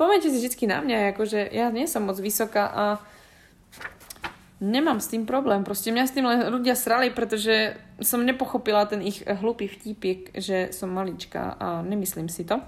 spomeňte si vždy na mňa, akože ja nie som moc vysoká a nemám s tým problém. Proste mňa s tým len ľudia srali, pretože som nepochopila ten ich hlupý vtípik, že som maličká a nemyslím si to.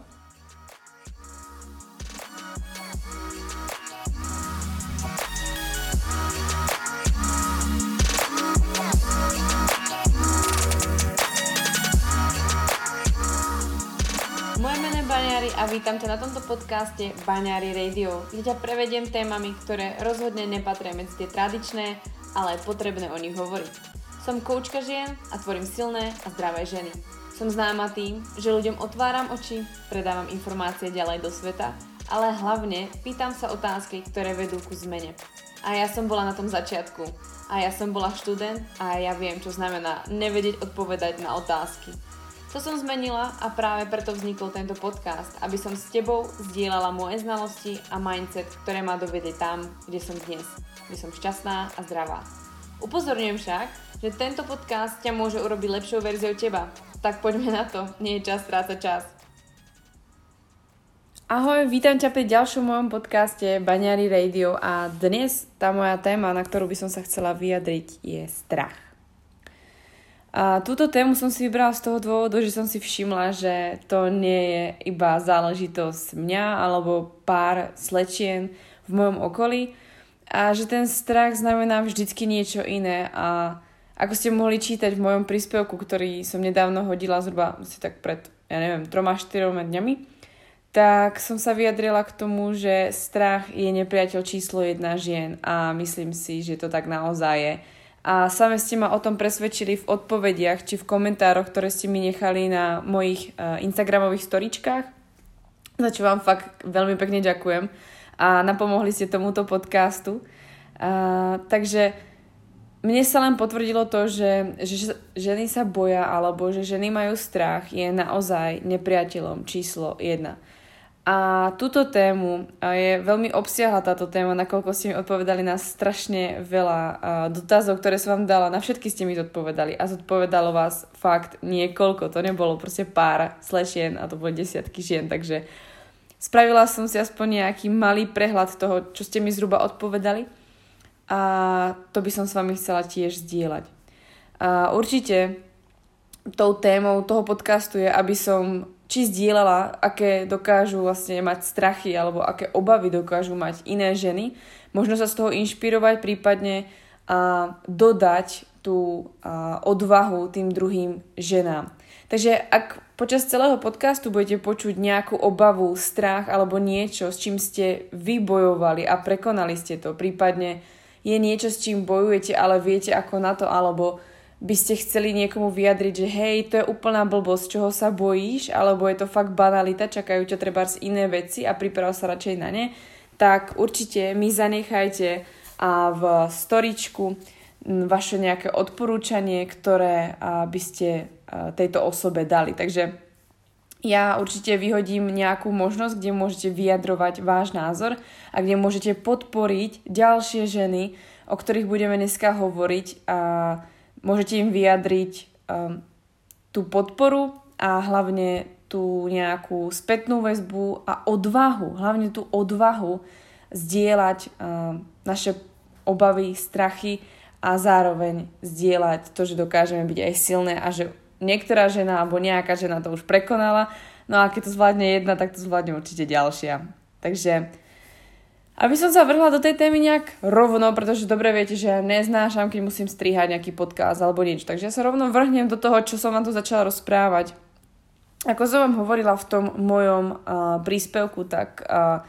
Moje meno je Baňári a vítam ťa na tomto podcaste Baňári Radio, kde ťa prevediem témami, ktoré rozhodne nepatria medzi tie tradičné, ale je potrebné o nich hovoriť. Som koučka žien a tvorím silné a zdravé ženy. Som známa tým, že ľuďom otváram oči, predávam informácie ďalej do sveta, ale hlavne pýtam sa otázky, ktoré vedú ku zmene. A ja som bola na tom začiatku. A ja som bola študent a ja viem, čo znamená nevedieť odpovedať na otázky. To som zmenila a práve preto vznikol tento podcast, aby som s tebou zdieľala moje znalosti a mindset, ktoré ma dovedie tam, kde som dnes, kde som šťastná a zdravá. Upozorňujem však, že tento podcast ťa môže urobiť lepšou verziou teba. Tak poďme na to, nie je čas strácať čas. Ahoj, vítam ťa pri ďalšom mojom podcaste Baňári Radio a dnes tá moja téma, na ktorú by som sa chcela vyjadriť, je strach. A túto tému som si vybrala z toho dôvodu, že som si všimla, že to nie je iba záležitosť mňa alebo pár slečien v mojom okolí a že ten strach znamená vždycky niečo iné a ako ste mohli čítať v mojom príspevku, ktorý som nedávno hodila zhruba asi tak pred, 3-4 dňami, tak som sa vyjadrila k tomu, že strach je nepriateľ číslo 1 žien a myslím si, že to tak naozaj je. A sami ste ma o tom presvedčili v odpovediach či v komentároch, ktoré ste mi nechali na mojich instagramových storičkách, za čo vám fakt veľmi pekne ďakujem a napomohli ste tomuto podcastu. Takže mne sa len potvrdilo to, že ženy sa boja alebo že ženy majú strach je naozaj nepriateľom číslo 1. A túto tému je veľmi obsiahla táto téma, nakoľko ste mi odpovedali na strašne veľa dotazov, ktoré som vám dala, na všetky ste mi zodpovedali a zodpovedalo vás fakt niekoľko, to nebolo proste pár slečien a to boli desiatky žien, takže spravila som si aspoň nejaký malý prehľad toho, čo ste mi zhruba odpovedali a to by som s vami chcela tiež zdieľať. A určite tou témou toho podcastu je, aby som či zdieľala, aké dokážu vlastne mať strachy alebo aké obavy dokážu mať iné ženy. Možno sa z toho inšpirovať, prípadne dodať tú odvahu tým druhým ženám. Takže ak počas celého podcastu budete počuť nejakú obavu, strach alebo niečo, s čím ste vybojovali a prekonali ste to, prípadne je niečo, s čím bojujete, ale viete ako na to, alebo by ste chceli niekomu vyjadriť, že hej, to je úplná blbosť, čoho sa bojíš, alebo je to fakt banalita, čakajú ťa trebárs iné veci a priprav sa radšej na ne, tak určite mi zanechajte v storičku vaše nejaké odporúčanie, ktoré by ste tejto osobe dali. Takže ja určite vyhodím nejakú možnosť, kde môžete vyjadrovať váš názor a kde môžete podporiť ďalšie ženy, o ktorých budeme dneska hovoriť a môžete im vyjadriť tú podporu a hlavne tú nejakú spätnú väzbu a odvahu, hlavne tú odvahu zdieľať naše obavy, strachy a zároveň zdieľať to, že dokážeme byť aj silné a že niektorá žena alebo nejaká žena to už prekonala, no a keď to zvládne jedna, tak to zvládne určite ďalšia. Takže aby som sa vrhla do tej témy nejak rovno, pretože dobre viete, že ja neznášam, keď musím strihať nejaký podcast alebo niečo. Takže ja sa rovno vrhnem do toho, čo som vám tu začala rozprávať. Ako som vám hovorila v tom mojom príspevku, tak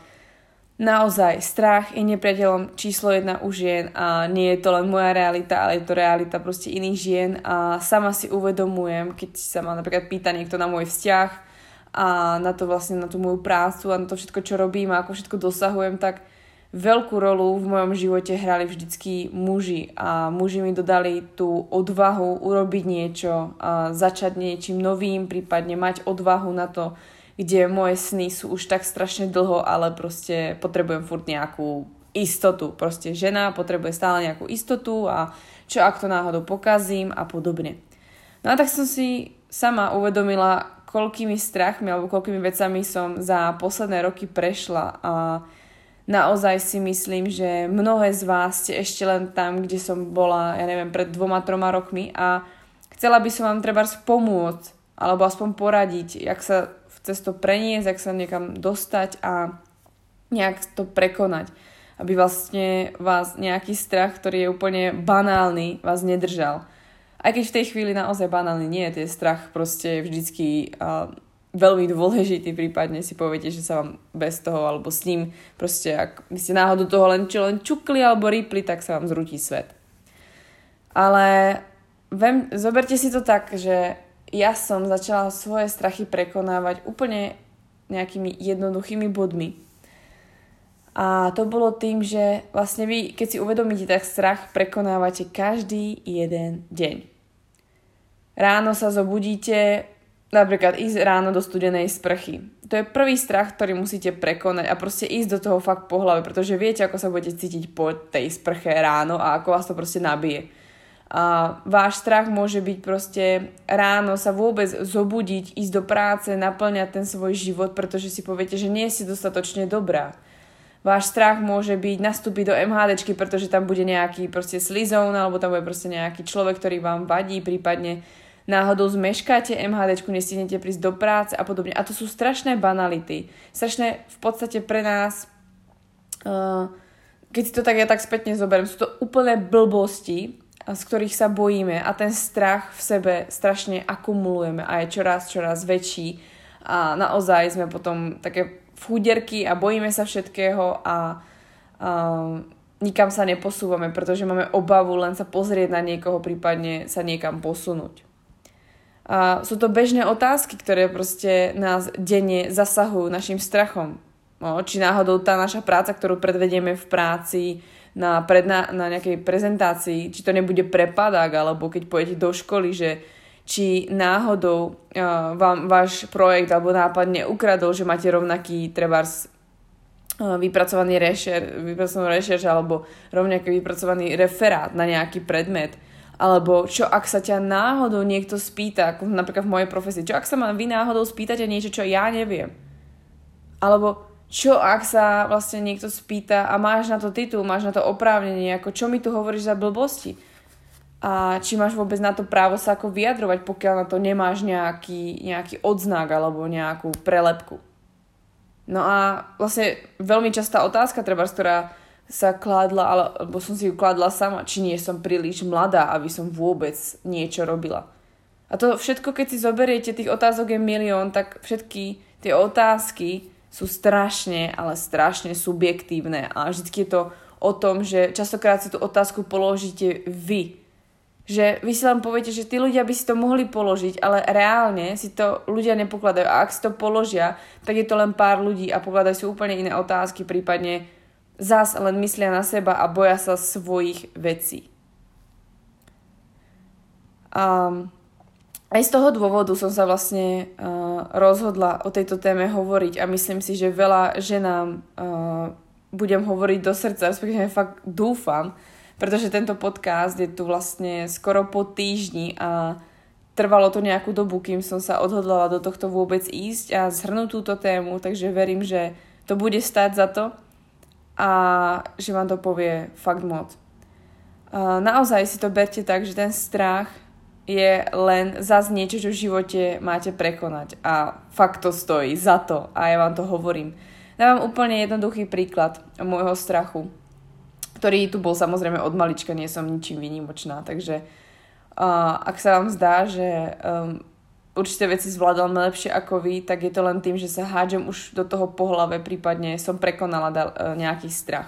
naozaj strach je nepriateľom číslo 1 u žien a nie je to len moja realita, ale je to realita proste iných žien a sama si uvedomujem, keď sa ma napríklad pýta niekto na môj vzťah a na to vlastne na tú moju prácu a na to všetko, čo robím a ako všetko dosahujem, tak veľkú rolu v mojom živote hrali vždycky muži a muži mi dodali tú odvahu urobiť niečo, a začať niečím novým, prípadne mať odvahu na to, kde moje sny sú už tak strašne dlho, ale proste potrebujem furt nejakú istotu. Proste žena potrebuje stále nejakú istotu a čo ak to náhodou pokazím a podobne. No a tak som si sama uvedomila, koľkými strachmi alebo koľkými vecami som za posledné roky prešla a naozaj si myslím, že mnohé z vás ste ešte len tam, kde som bola, ja neviem, pred 2-3 rokmi a chcela by som vám trebárs pomôcť alebo aspoň poradiť, jak sa cez to preniesť, jak sa niekam dostať a nejak to prekonať. Aby vlastne vás nejaký strach, ktorý je úplne banálny, vás nedržal. Aj keď v tej chvíli naozaj banálny nie je, ten strach proste vždycky veľmi dôležitý, prípadne si poviete, že sa vám bez toho alebo s ním proste, ak by ste náhodou toho len čukli alebo rýpli, tak sa vám zrúti svet. Ale zoberte si to tak, že ja som začala svoje strachy prekonávať úplne nejakými jednoduchými bodmi. A to bolo tým, že vlastne vy, keď si uvedomíte, tak strach prekonávate každý jeden deň. Ráno sa zobudíte, napríklad ísť ráno do studenej sprchy. To je prvý strach, ktorý musíte prekonať a proste ísť do toho fakt po hlave, pretože viete, ako sa budete cítiť po tej sprche ráno a ako vás to proste nabije. A váš strach môže byť proste ráno sa vôbec zobudiť, ísť do práce, naplňať ten svoj život, pretože si poviete, že nie ste dostatočne dobrá. Váš strach môže byť nastúpiť do MHDčky, pretože tam bude nejaký proste slizón, alebo tam bude proste nejaký človek, ktorý vám vadí, prípadne náhodou zmeškáte MHDčku, nestihnete prísť do práce a podobne. A to sú strašné banality. Strašné v podstate pre nás, keď si to tak ja tak spätne zoberiem, sú to úplné blbosti, z ktorých sa bojíme a ten strach v sebe strašne akumulujeme a je čoraz väčší a naozaj sme potom také chúderky a bojíme sa všetkého a nikam sa neposúvame, pretože máme obavu len sa pozrieť na niekoho, prípadne sa niekam posunúť. A sú to bežné otázky, ktoré proste nás denne zasahujú našim strachom. No, či náhodou tá naša práca, ktorú predvedieme v práci, na nejakej prezentácii, či to nebude prepadák, alebo keď pôjdete do školy, že či náhodou vám váš projekt alebo nápad neukradol, že máte rovnaký trebárs vypracovaný rešerš alebo rovnaký vypracovaný referát na nejaký predmet. Alebo čo ak sa ťa náhodou niekto spýta, ako napríklad v mojej profesii, čo ak sa ma vy náhodou spýtate niečo, čo ja neviem. Alebo čo ak sa vlastne niekto spýta a máš na to titul, máš na to oprávnenie, ako čo mi tu hovoríš za blbosti? A či máš vôbec na to právo sa ako vyjadrovať, pokiaľ na to nemáš nejaký odznak alebo nejakú prelepku. No a vlastne veľmi častá otázka, ktorá sa kladla, alebo som si ju kladla sama, či nie som príliš mladá, aby som vôbec niečo robila. A to všetko, keď si zoberiete, tých otázok je milión, tak všetky tie otázky sú strašne, ale strašne subjektívne a vždycky je to o tom, že častokrát si tú otázku položíte vy. Že vy si len poviete, že tí ľudia by si to mohli položiť, ale reálne si to ľudia nepokladajú a ak si to položia, tak je to len pár ľudí a pokladajú si úplne iné otázky, prípadne zas len myslia na seba a boja sa svojich vecí. Aj z toho dôvodu som sa vlastne rozhodla o tejto téme hovoriť a myslím si, že veľa ženám budem hovoriť do srdca, respektíve fakt dúfam, pretože tento podcast je tu vlastne skoro po týždni a trvalo to nejakú dobu, kým som sa odhodlala do tohto vôbec ísť a zhrnúť túto tému, takže verím, že to bude stáť za to a že vám to povie fakt moc. Naozaj si to berte tak, že ten strach je len zas niečo, čo v živote máte prekonať a fakt to stojí za to a ja vám to hovorím. Dávam úplne jednoduchý príklad môjho strachu, ktorý tu bol samozrejme od malička, nie som ničím výnimočná, takže ak sa vám zdá, že určité veci zvládam lepšie ako vy, tak je to len tým, že sa hádžem už do toho po hlave, prípadne som prekonala nejaký strach.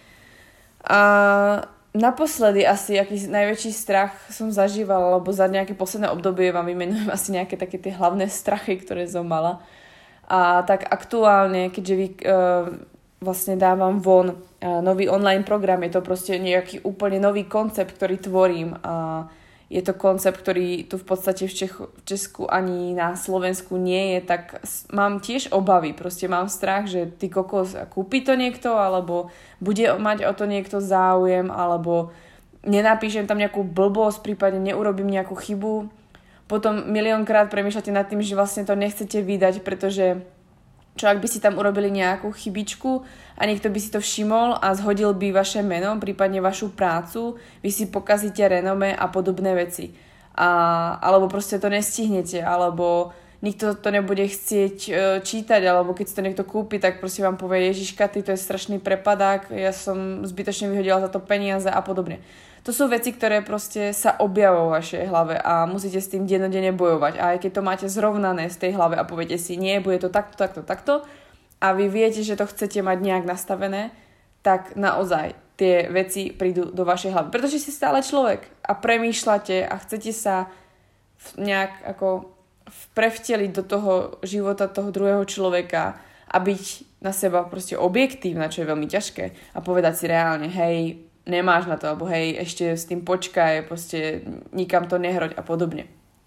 Naposledy asi aký najväčší strach som zažívala, lebo za nejaké posledné obdobie vám vymenujem asi nejaké také tie hlavné strachy, ktoré som mala. A tak aktuálne, keďže vlastne dávam von nový online program, je to proste nejaký úplne nový koncept, ktorý tvorím a je to koncept, ktorý tu v podstate v Česku ani na Slovensku nie je, tak mám tiež obavy, proste mám strach, že ty kokos, kúpi to niekto, alebo bude mať o to niekto záujem, alebo nenapíšem tam nejakú blbosť, prípadne neurobím nejakú chybu. potom miliónkrát premýšľate nad tým, že vlastne to nechcete vydať, pretože čo ak by si tam urobili nejakú chybičku a niekto by si to všimol a zhodil by vaše meno, prípadne vašu prácu, vy si pokazíte renome a podobné veci. Alebo proste to nestihnete, alebo nikto to nebude chcieť čítať, alebo keď si to niekto kúpi, tak proste vám povie Ježiška, ty to je strašný prepadák, ja som zbytočne vyhodila za to peniaze a podobne. To sú veci, ktoré proste sa objavia vo vašej hlave a musíte s tým dennodenne bojovať. A aj keď to máte zrovnané z tej hlave a poviete si, nie, bude to takto a vy viete, že to chcete mať nejak nastavené, tak naozaj tie veci prídu do vašej hlavy. Pretože ste stále človek a premýšľate a chcete sa nejak ako prevteliť do toho života toho druhého človeka a byť na seba proste objektívna, čo je veľmi ťažké a povedať si reálne, hej, nemáš na to, alebo hej, ešte s tým počkaj, proste nikam to nehroď a podobne.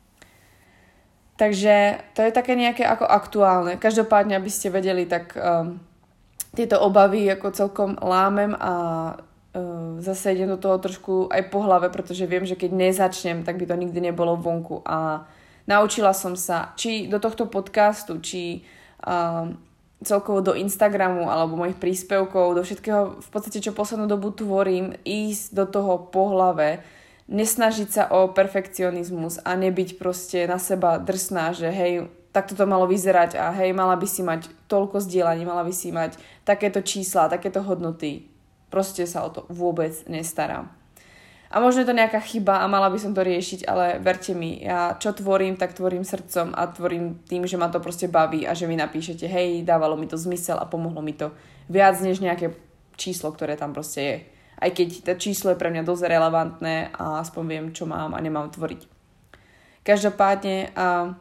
Takže to je také nejaké ako aktuálne. Každopádne, aby ste vedeli, tak tieto obavy ako celkom lámem a zase idem do toho trošku aj po hlave, pretože viem, že keď nezačnem, tak by to nikdy nebolo vonku a naučila som sa, či do tohto podcastu, či celkovo do Instagramu alebo mojich príspevkov, do všetkého v podstate, čo poslednú dobu tvorím, ísť do toho po hlave, nesnažiť sa o perfekcionizmus a nebyť proste na seba drsná, že hej, takto to malo vyzerať a hej, mala by si mať toľko zdieľaní, mala by si mať takéto čísla, takéto hodnoty. Proste sa o to vôbec nestarám. A možno je to nejaká chyba a mala by som to riešiť, ale verte mi, ja čo tvorím, tak tvorím srdcom a tvorím tým, že ma to proste baví a že mi napíšete, hej, dávalo mi to zmysel a pomohlo mi to viac než nejaké číslo, ktoré tam proste je. Aj keď to číslo je pre mňa dosť relevantné a aspoň viem, čo mám a nemám tvoriť. Každopádne,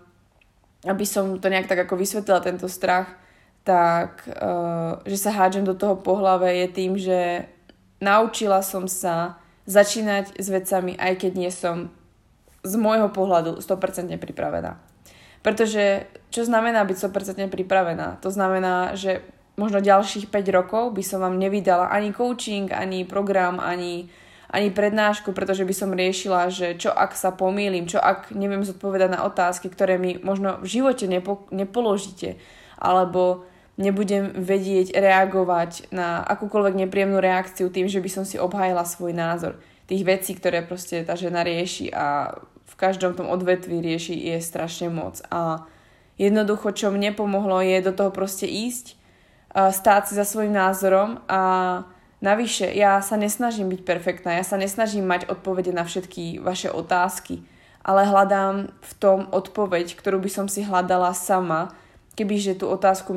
aby som to nejak tak ako vysvetlila, tento strach, tak, že sa hádžem do toho po hlave je tým, že naučila som sa začínať s vecami, aj keď nie som z môjho pohľadu 100% pripravená. Pretože čo znamená byť 100% pripravená? To znamená, že možno ďalších 5 rokov by som vám nevydala ani coaching, ani program, ani prednášku, pretože by som riešila, že čo ak sa pomýlim, čo ak neviem zodpovedať na otázky, ktoré mi možno v živote nepoložíte, alebo nebudem vedieť reagovať na akúkoľvek nepríjemnú reakciu tým, že by som si obhájila svoj názor. Tých vecí, ktoré proste tá žena rieši a v každom tom odvetví rieši, je strašne moc. A jednoducho, čo mne pomohlo, je do toho proste ísť, stáť si za svojím názorom a navyše, ja sa nesnažím byť perfektná, ja sa nesnažím mať odpovede na všetky vaše otázky, ale hľadám v tom odpoveď, ktorú by som si hľadala sama, kebyže tú otázku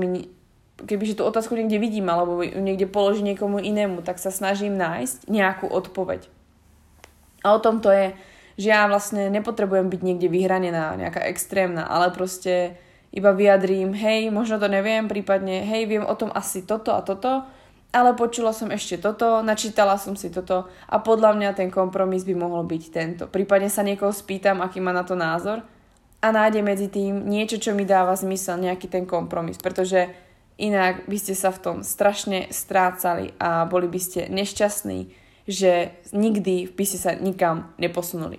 niekde vidím alebo ju niekde položím niekomu inému, tak sa snažím nájsť nejakú odpoveď. A o tom to je, že ja vlastne nepotrebujem byť niekde vyhranená, nejaká extrémna, ale proste iba vyjadrím, hej, možno to neviem, prípadne, hej, viem o tom asi toto a toto, ale počula som ešte toto, načítala som si toto a podľa mňa ten kompromis by mohol byť tento. Prípadne sa niekoho spýtam, aký má na to názor a nájde medzi tým niečo, čo mi dáva zmysel, nejaký ten kompromis, pretože inak by ste sa v tom strašne strácali a boli by ste nešťastní, že nikdy by ste sa nikam neposunuli.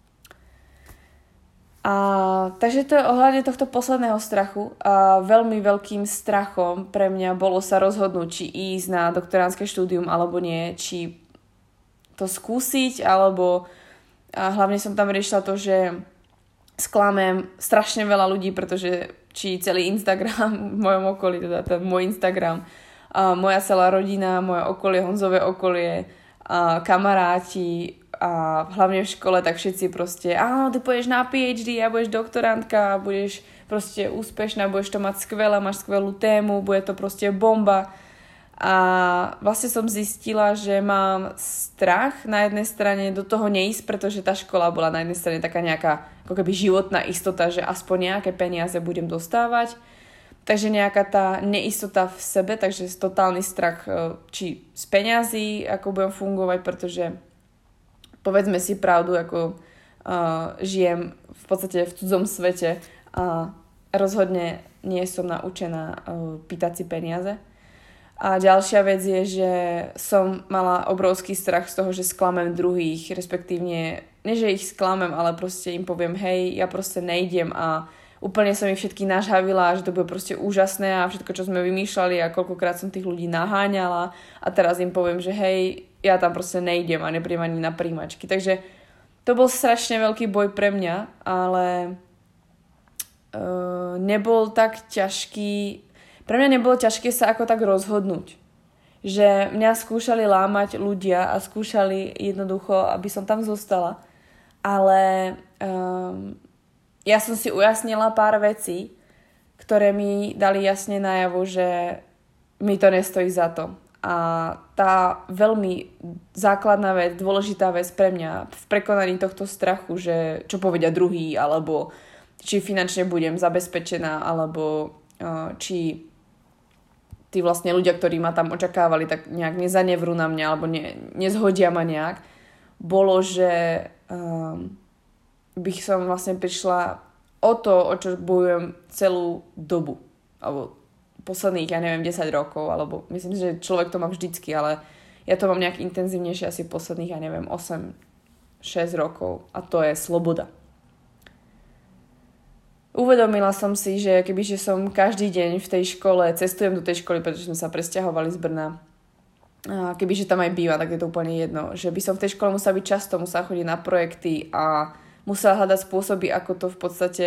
Takže to je ohľadne tohto posledného strachu. Veľmi veľkým strachom pre mňa bolo sa rozhodnúť, či ísť na doktorandské štúdium alebo nie, či to skúsiť, alebo hlavne som tam riešila to, že sklamem strašne veľa ľudí, pretože či celý Instagram v mojom okolí, teda ten môj Instagram, moja celá rodina, moje okolie, Honzové okolie, kamaráti a hlavne v škole, tak všetci proste, áno, ty pôjdeš na PhD a budeš doktorantka, budeš proste úspešná, budeš to mať skvelé, máš skvelú tému, bude to proste bomba. A vlastne som zistila, že mám strach na jednej strane do toho neísť, pretože tá škola bola na jednej strane taká nejaká ako keby životná istota, že aspoň nejaké peniaze budem dostávať. Takže nejaká tá neistota v sebe, takže totálny strach či z peňazí, ako budem fungovať, pretože povedzme si pravdu, ako žijem v podstate v cudzom svete a rozhodne nie som naučená pýtať si peniaze. A ďalšia vec je, že som mala obrovský strach z toho, že sklamem druhých, respektívne nie že ich sklamem, ale proste im poviem, hej, ja proste nejdem a úplne som ich všetky nažhavila, že to bude proste úžasné a všetko, čo sme vymýšľali a koľkokrát som tých ľudí naháňala a teraz im poviem, že hej, ja tam proste nejdem a nepríjem ani na príjmačky. Takže to bol strašne veľký boj pre mňa, ale nebol tak ťažký. Pre mňa nebolo ťažké sa ako tak rozhodnúť. Že mňa skúšali lámať ľudia a skúšali jednoducho, aby som tam zostala. Ale ja som si ujasnila pár vecí, ktoré mi dali jasne najavo, že mi to nestojí za to. A tá veľmi základná vec, dôležitá vec pre mňa v prekonaní tohto strachu, že čo povedia druhý, alebo či finančne budem zabezpečená, alebo či tí vlastne ľudia, ktorí ma tam očakávali, tak nejak nezanevrú na mňa, alebo nezhodia ma nejak, bolo, že by som vlastne prišla o to, o čo bojujem celú dobu. Alebo posledných, 10 rokov, alebo myslím, že človek to má vždycky, ale ja to mám nejak intenzívnejšie asi posledných, 8-6 rokov. A to je sloboda. Uvedomila som si, že kebyže som každý deň v tej škole, cestujem do tej školy, pretože sme sa presťahovali z Brna, a kebyže tam aj býva, tak je to úplne jedno, že by som v tej škole musela byť často, musela chodiť na projekty a musela hľadať spôsoby, ako tam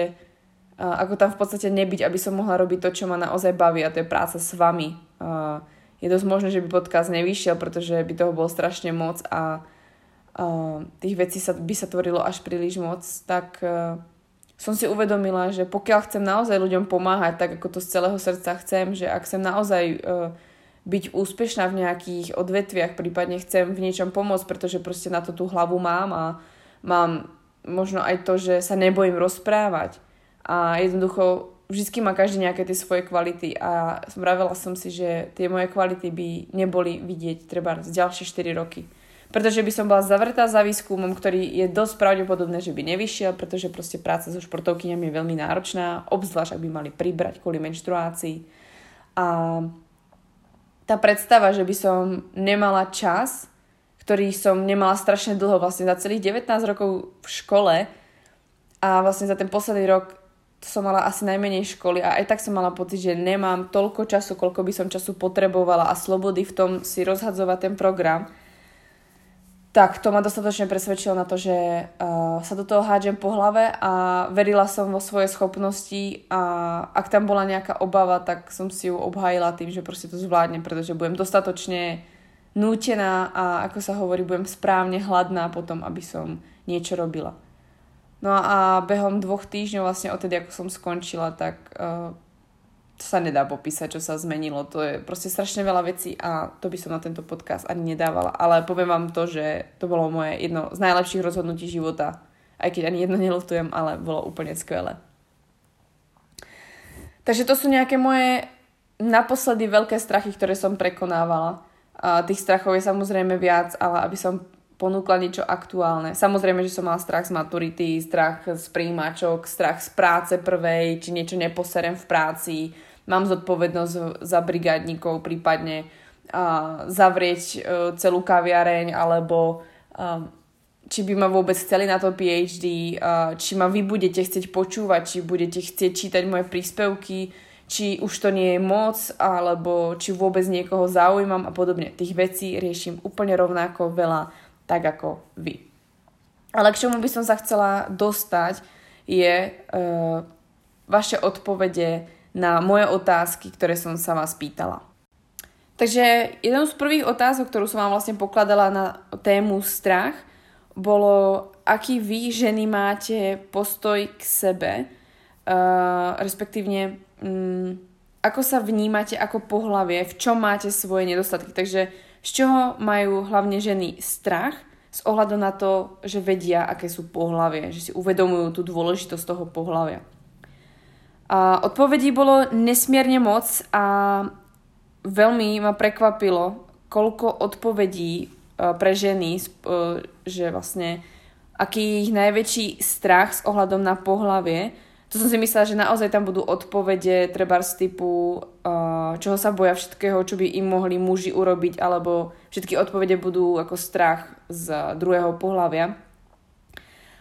v podstate nebyť, aby som mohla robiť to, čo ma naozaj baví, a to je práca s vami. Je dosť možné, že by podcast nevyšiel, pretože by toho bolo strašne moc a tých vecí by sa tvorilo až príliš moc, tak som si uvedomila, že pokiaľ chcem naozaj ľuďom pomáhať, tak ako to z celého srdca chcem, že ak chcem naozaj byť úspešná v nejakých odvetviach, prípadne chcem v niečom pomôcť, pretože proste na to tú hlavu mám a mám možno aj to, že sa nebojím rozprávať a jednoducho vždycky má každý nejaké tie svoje kvality a vravela som si, že tie moje kvality by neboli vidieť treba z ďalšie 4 roky. Pretože by som bola zavretá za výskumom, ktorý je dosť pravdepodobné, že by nevyšiel, pretože proste práca so športovkyňami je veľmi náročná, obzvlášť ak by mali pribrať kvôli menštruácii. A tá predstava, že by som nemala čas, ktorý som nemala strašne dlho, vlastne za celých 19 rokov v škole a vlastne za ten posledný rok som mala asi najmenej školy a aj tak som mala pocit, že nemám toľko času, koľko by som času potrebovala a slobody v tom si rozhadzovať ten program, tak to ma dostatočne presvedčilo na to, že sa do toho hádžem po hlave a verila som vo svoje schopnosti a ak tam bola nejaká obava, tak som si ju obhájila tým, že proste to zvládnem, pretože budem dostatočne nútená a ako sa hovorí, budem správne hladná potom, aby som niečo robila. No a behom 2 týždňov vlastne odtedy, ako som skončila, tak to sa nedá popísať, čo sa zmenilo. To je proste strašne veľa vecí a to by som na tento podcast ani nedávala. Ale poviem vám to, že to bolo moje jedno z najlepších rozhodnutí života. Aj keď ani jedno neľutujem, ale bolo úplne skvelé. Takže to sú nejaké moje naposledy veľké strachy, ktoré som prekonávala. A tých strachov je samozrejme viac, ale aby som ponúkla niečo aktuálne. Samozrejme, že som mala strach z maturity, strach z prijímačok, strach z práce prvej, či niečo neposerem v práci. Mám zodpovednosť za brigádnikov, prípadne zavrieť celú kaviareň, alebo či by ma vôbec chceli na to PhD, či ma vy budete chcieť počúvať, či budete chcieť čítať moje príspevky, či už to nie je moc, alebo či vôbec niekoho zaujímam a podobne. Tých vecí riešim úplne rovnako veľa, tak ako vy. Ale k čomu by som sa chcela dostať je vaše odpovede na moje otázky, ktoré som sa vás pýtala. Takže jednou z prvých otázok, ktorú som vám vlastne pokladala na tému strach, bolo, aký vy ženy máte postoj k sebe, respektívne ako sa vnímate ako pohlavie, v čom máte svoje nedostatky. Takže z čoho majú hlavne ženy strach s ohľadom na to, že vedia, aké sú pohlavie, že si uvedomujú tú dôležitosť toho pohlavia. A odpovedí bolo nesmierne moc a veľmi ma prekvapilo, koľko odpovedí pre ženy, že vlastne aký je ich najväčší strach s ohľadom na pohlavie. To som si myslela, že naozaj tam budú odpovede treba z typu čoho sa boja všetkého, čo by im mohli muži urobiť, alebo všetky odpovede budú ako strach z druhého pohlavia.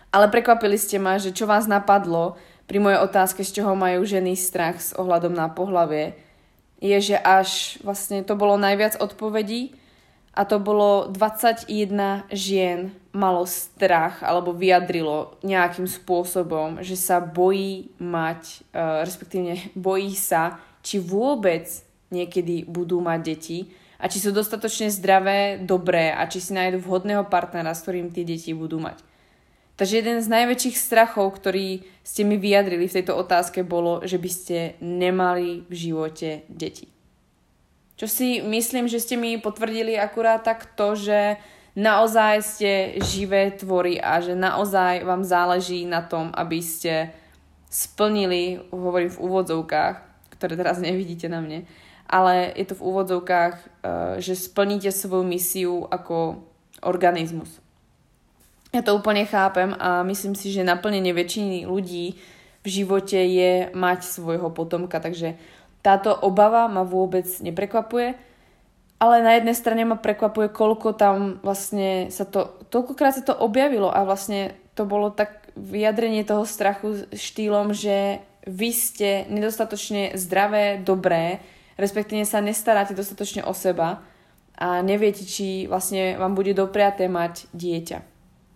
Ale prekvapili ste ma, že čo vás napadlo pri mojej otázke, z čoho majú ženy strach s ohľadom na pohlavie, je, že až vlastne to bolo najviac odpovedí a to bolo 21 žien malo strach alebo vyjadrilo nejakým spôsobom, že sa bojí mať, respektíve bojí sa, či vôbec niekedy budú mať deti a či sú dostatočne zdravé, dobré a či si nájdu vhodného partnera, s ktorým tie deti budú mať. Takže jeden z najväčších strachov, ktorý ste mi vyjadrili v tejto otázke, bolo, že by ste nemali v živote deti. Čo si myslím, že ste mi potvrdili akurát tak to, že naozaj ste živé tvory a že naozaj vám záleží na tom, aby ste splnili, hovorím v úvodzovkách, ktoré teraz nevidíte na mne, ale je to v úvodzovkách, že splníte svoju misiu ako organizmus. Ja to úplne chápem a myslím si, že naplnenie väčšiny ľudí v živote je mať svojho potomka, takže táto obava ma vôbec neprekvapuje, ale na jednej strane ma prekvapuje, koľko tam vlastne toľkokrát sa to objavilo a vlastne to bolo tak vyjadrenie toho strachu štýlom, že vy ste nedostatočne zdravé, dobré, respektíve sa nestaráte dostatočne o seba a neviete, či vlastne vám bude dopriaté mať dieťa.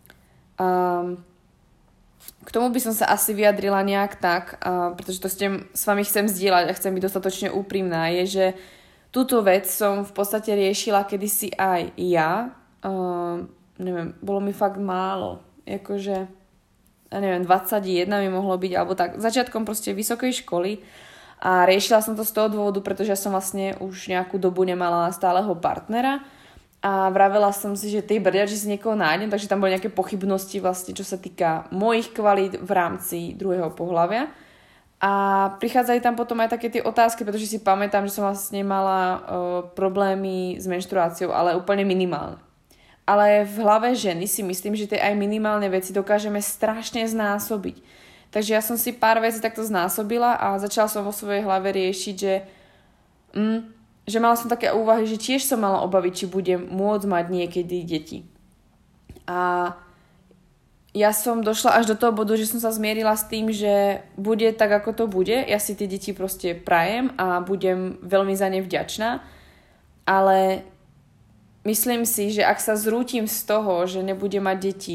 K tomu by som sa asi vyjadrila nejak tak, pretože to s vami chcem zdieľať a chcem byť dostatočne úprimná, je, že túto vec som v podstate riešila kedysi aj ja. Neviem, bolo mi fakt málo. Akože, 21 mi mohlo byť, alebo tak, začiatkom proste vysokej školy. A riešila som to z toho dôvodu, pretože ja som vlastne už nejakú dobu nemala stáleho partnera. A vravela som si, že tej brďači si niekoho nájdem, takže tam boli nejaké pochybnosti vlastne, čo sa týka mojich kvalít v rámci druhého pohlavia. A prichádzali tam potom aj také tie otázky, pretože si pamätám, že som vlastne mala problémy s menštruáciou, ale úplne minimálne. Ale v hlave ženy si myslím, že tie aj minimálne veci dokážeme strašne znásobiť. Takže ja som si pár vecí takto znásobila a začala som vo svojej hlave riešiť, že mala som také úvahy, že tiež som mala obavy, či budem môcť mať niekedy deti. A ja som došla až do toho bodu, že som sa zmierila s tým, že bude tak, ako to bude. Ja si tie deti proste prajem a budem veľmi za ne vďačná. Ale myslím si, že ak sa zrútim z toho, že nebudem mať deti,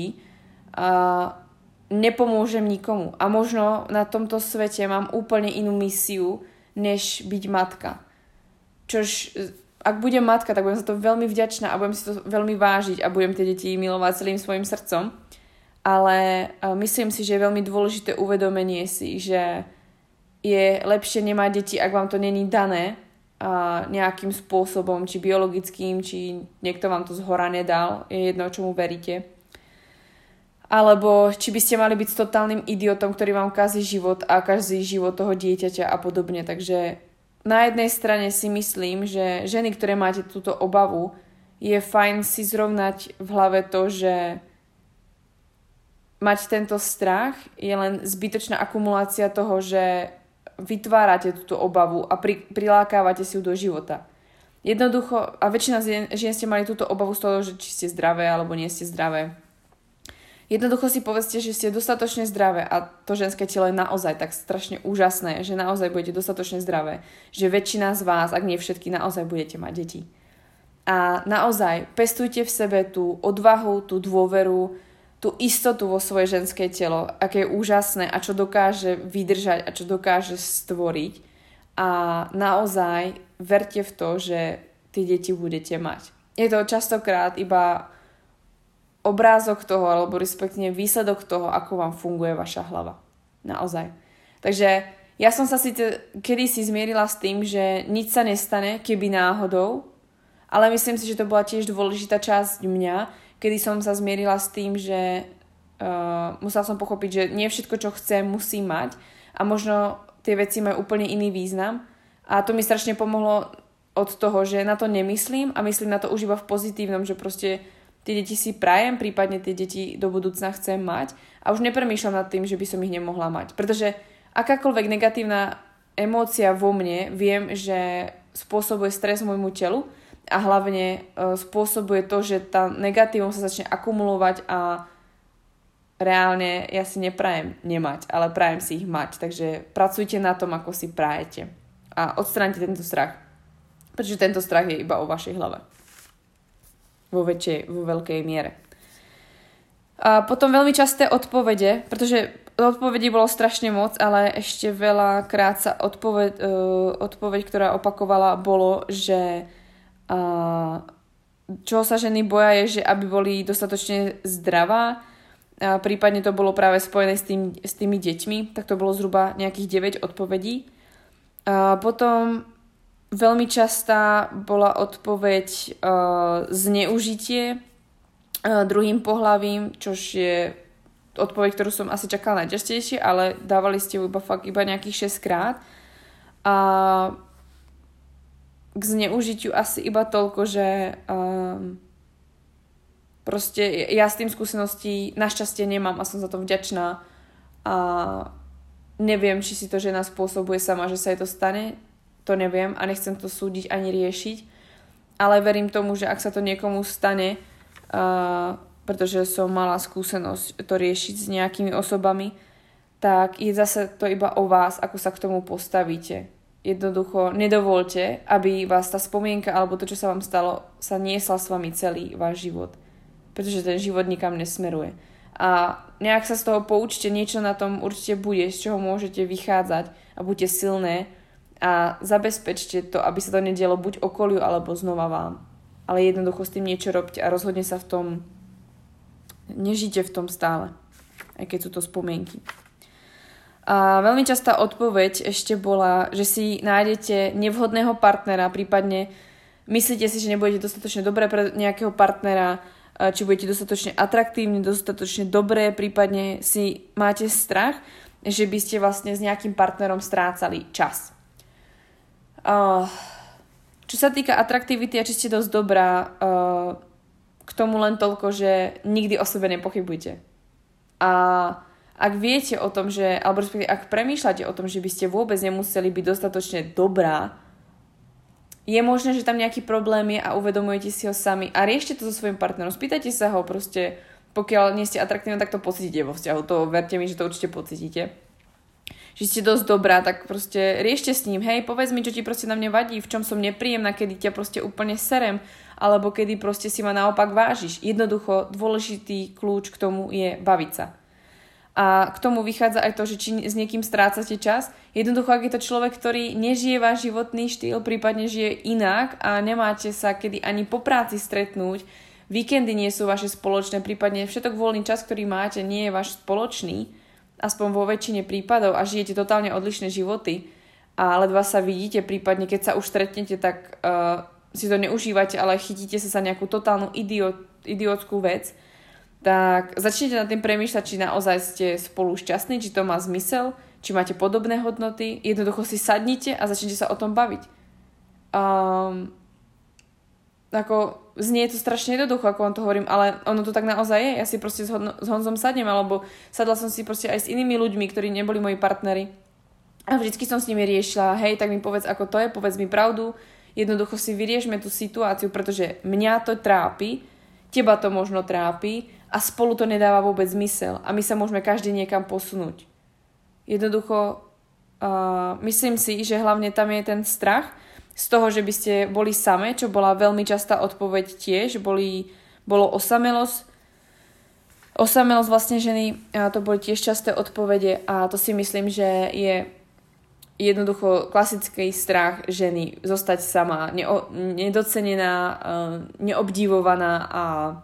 nepomôžem nikomu. A možno na tomto svete mám úplne inú misiu, než byť matka. Čož, ak budem matka, tak budem za to veľmi vďačná a budem si to veľmi vážiť a budem tie deti milovať celým svojim srdcom. Ale myslím si, že je veľmi dôležité uvedomenie si, že je lepšie nemať deti, ak vám to není dané nejakým spôsobom, či biologickým, či niekto vám to zhora nedal, je jedno, čomu veríte. Alebo či by ste mali byť s totálnym idiotom, ktorý vám kazí život a kazí život toho dieťaťa a podobne. Takže na jednej strane si myslím, že ženy, ktoré máte túto obavu, je fajn si zrovnať v hlave to, že mať tento strach je len zbytočná akumulácia toho, že vytvárate túto obavu a prilákávate si ju do života. Jednoducho, a väčšina žien ste mali túto obavu z toho, že či ste zdravé alebo nie ste zdravé. Jednoducho si povedzte, že ste dostatočne zdravé a to ženské telo je naozaj tak strašne úžasné, že naozaj budete dostatočne zdravé, že väčšina z vás, ak nie všetky, naozaj budete mať deti. A naozaj pestujte v sebe tú odvahu, tú dôveru, tú istotu vo svoje ženské telo, aké je úžasné a čo dokáže vydržať a čo dokáže stvoriť. A naozaj verte v to, že tie deti budete mať. Je to častokrát iba obrázok toho, alebo respektíve výsledok toho, ako vám funguje vaša hlava. Naozaj. Takže ja som sa síce kedysi zmierila s tým, že nič sa nestane, keby náhodou, ale myslím si, že to bola tiež dôležitá časť mňa, kedy som sa zmierila s tým, že musela som pochopiť, že nie všetko, čo chcem, musím mať a možno tie veci majú úplne iný význam. A to mi strašne pomohlo od toho, že na to nemyslím a myslím na to už iba v pozitívnom, že proste tie deti si prajem, prípadne tie deti do budúcna chcem mať a už nepremýšľam nad tým, že by som ich nemohla mať. Pretože akákoľvek negatívna emócia vo mne viem, že spôsobuje stres môjmu telu a hlavne spôsobuje to, že tá negatívum sa začne akumulovať a reálne ja si neprajem nemať, ale prajem si ich mať. Takže pracujte na tom, ako si prajete. A odstráňte tento strach. Pretože tento strach je iba o vašej hlave. Vo veľkej miere. A potom veľmi časté odpovede, pretože odpovedí bolo strašne moc, ale ešte veľakrát sa odpoveď, ktorá opakovala, bolo, že čoho sa ženy boja je, že aby boli dostatočne zdravá. Prípadne to bolo práve spojené s tými deťmi, tak to bolo zhruba nejakých 9 odpovedí. Potom veľmi častá bola odpoveď zneužitie druhým pohlavím, čož je odpoveď, ktorú som asi čakala najčastejšie, ale dávali ste ju iba nejakých 6 krát. A k zneužitiu asi iba toľko, že proste ja s tým skúseností našťastie nemám a som za to vďačná. A neviem, či si to žena spôsobuje sama, že sa jej to stane. To neviem a nechcem to súdiť ani riešiť. Ale verím tomu, že ak sa to niekomu stane, pretože som mala skúsenosť to riešiť s nejakými osobami, tak je zase to iba o vás, ako sa k tomu postavíte. Jednoducho nedovolte, aby vás tá spomienka alebo to, čo sa vám stalo, sa niesla s vami celý váš život. Pretože ten život nikam nesmeruje. A nejak sa z toho poučte, niečo na tom určite bude, z čoho môžete vychádzať a buďte silné a zabezpečte to, aby sa to nedialo buď okoliu alebo znova vám. Ale jednoducho s tým niečo robte a rozhodne sa v tom nežite v tom stále, aj keď sú to spomienky. A veľmi častá odpoveď ešte bola, že si nájdete nevhodného partnera, prípadne myslíte si, že nebudete dostatočne dobré pre nejakého partnera, či budete dostatočne atraktívni, dostatočne dobré, prípadne si máte strach, že by ste vlastne s nejakým partnerom strácali čas. Čo sa týka atraktivity a či ste dosť dobrá, k tomu len toľko, že nikdy o sebe nepochybujte. A ak viete o tom, že, alebo respektíve ak premýšľate o tom, že by ste vôbec nemuseli byť dostatočne dobrá, je možné, že tam nejaký problém je a uvedomujete si ho sami a riešte to so svojím partnerom. Spýtajte sa ho proste, pokiaľ nie ste atraktívni, tak to pocítite vo vzťahu. To verte mi, že to určite pocítite. Že ste dosť dobrá, tak proste riešte s ním. Hej, povedz mi, čo ti proste na mne vadí, v čom som nepríjemná, kedy ťa proste úplne serem, alebo kedy proste si ma naopak vážiš. Jednoducho, dôležitý kľúč k tomu je baviť sa. A k tomu vychádza aj to, že či s niekým strácate čas. Jednoducho, ak je to človek, ktorý nežije váš životný štýl, prípadne žije inak a nemáte sa kedy ani po práci stretnúť, víkendy nie sú vaše spoločné, prípadne všetok voľný čas, ktorý máte, nie je váš spoločný, aspoň vo väčšine prípadov a žijete totálne odlišné životy a ledva sa vidíte, prípadne keď sa už stretnete, tak si to neužívate, ale chytíte sa za nejakú totálnu idiotskú vec, tak začnete nad tým premýšľať, či naozaj ste spolu šťastní, či to má zmysel, či máte podobné hodnoty. Jednoducho si sadnite a začnete sa o tom baviť. Znie to strašne jednoducho, ako vám to hovorím, ale ono to tak naozaj je. Ja si proste s Honzom sadnem, alebo sadla som si proste aj s inými ľuďmi, ktorí neboli moji partneri. A vždycky som s nimi riešila, hej, tak mi povedz, ako to je, povedz mi pravdu. Jednoducho si vyriešme tú situáciu, pretože mňa to trápi, teba to možno trápi a spolu to nedáva vôbec zmysel a my sa môžeme každý niekam posunúť. Jednoducho myslím si, že hlavne tam je ten strach z toho, že by ste boli same, čo bola veľmi častá odpoveď tiež, bolo osamelosť. Osamelosť vlastne ženy, a to boli tiež časté odpovede a to si myslím, že je jednoducho klasický strach ženy zostať sama, nedocenená, neobdivovaná a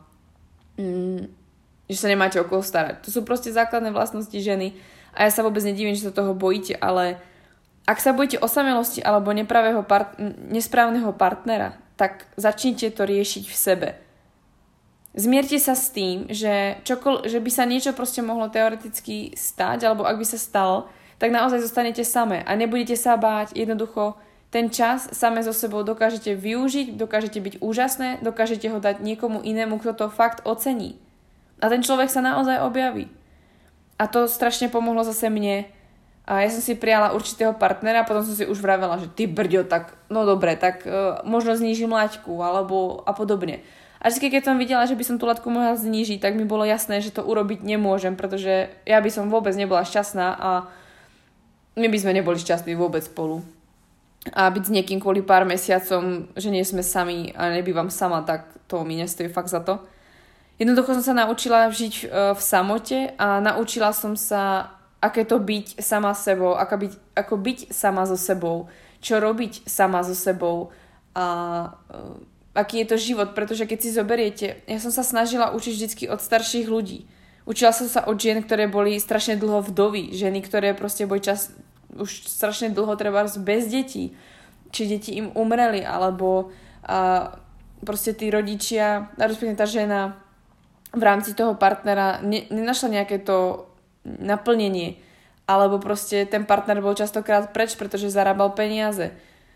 že sa nemáte o koho starať. To sú proste základné vlastnosti ženy a ja sa vôbec nedivím, že sa toho bojíte, ale ak sa bojíte osamelosti alebo nesprávneho partnera, tak začnite to riešiť v sebe. Zmierte sa s tým, že by sa niečo proste mohlo teoreticky stať, alebo ak by sa stalo, tak naozaj zostanete samé a nebudete sa báť. Jednoducho ten čas samé so sebou dokážete využiť, dokážete byť úžasné, dokážete ho dať niekomu inému, kto to fakt ocení. A ten človek sa naozaj objaví. A to strašne pomohlo zase mne A ja som si prijala určitého partnera a potom som si už vravela, že ty brďo, tak no dobre, tak možno znížim laťku alebo a podobne. A vždy, keď som videla, že by som tú laťku mohla znížiť, tak mi bolo jasné, že to urobiť nemôžem, pretože ja by som vôbec nebola šťastná a my by sme neboli šťastní vôbec spolu. A byť s niekým kvôli pár mesiacom, že nie sme sami a nebývam sama, tak to mi nestojí fakt za to. Jednoducho som sa naučila žiť v samote a naučila som sa, aké to byť sama sebou, ako byť sama so sebou, čo robiť sama so sebou a aký je to život, pretože keď si zoberiete, ja som sa snažila učiť vždycky od starších ľudí. Učila som sa od žien, ktoré boli strašne dlho vdovy, ženy, ktoré proste boli už strašne dlho treba bez detí, či deti im umreli, alebo proste tí rodičia, respektíve tá žena v rámci toho partnera nenašla nejaké to naplnenie, alebo proste ten partner bol častokrát preč, pretože zarábal peniaze.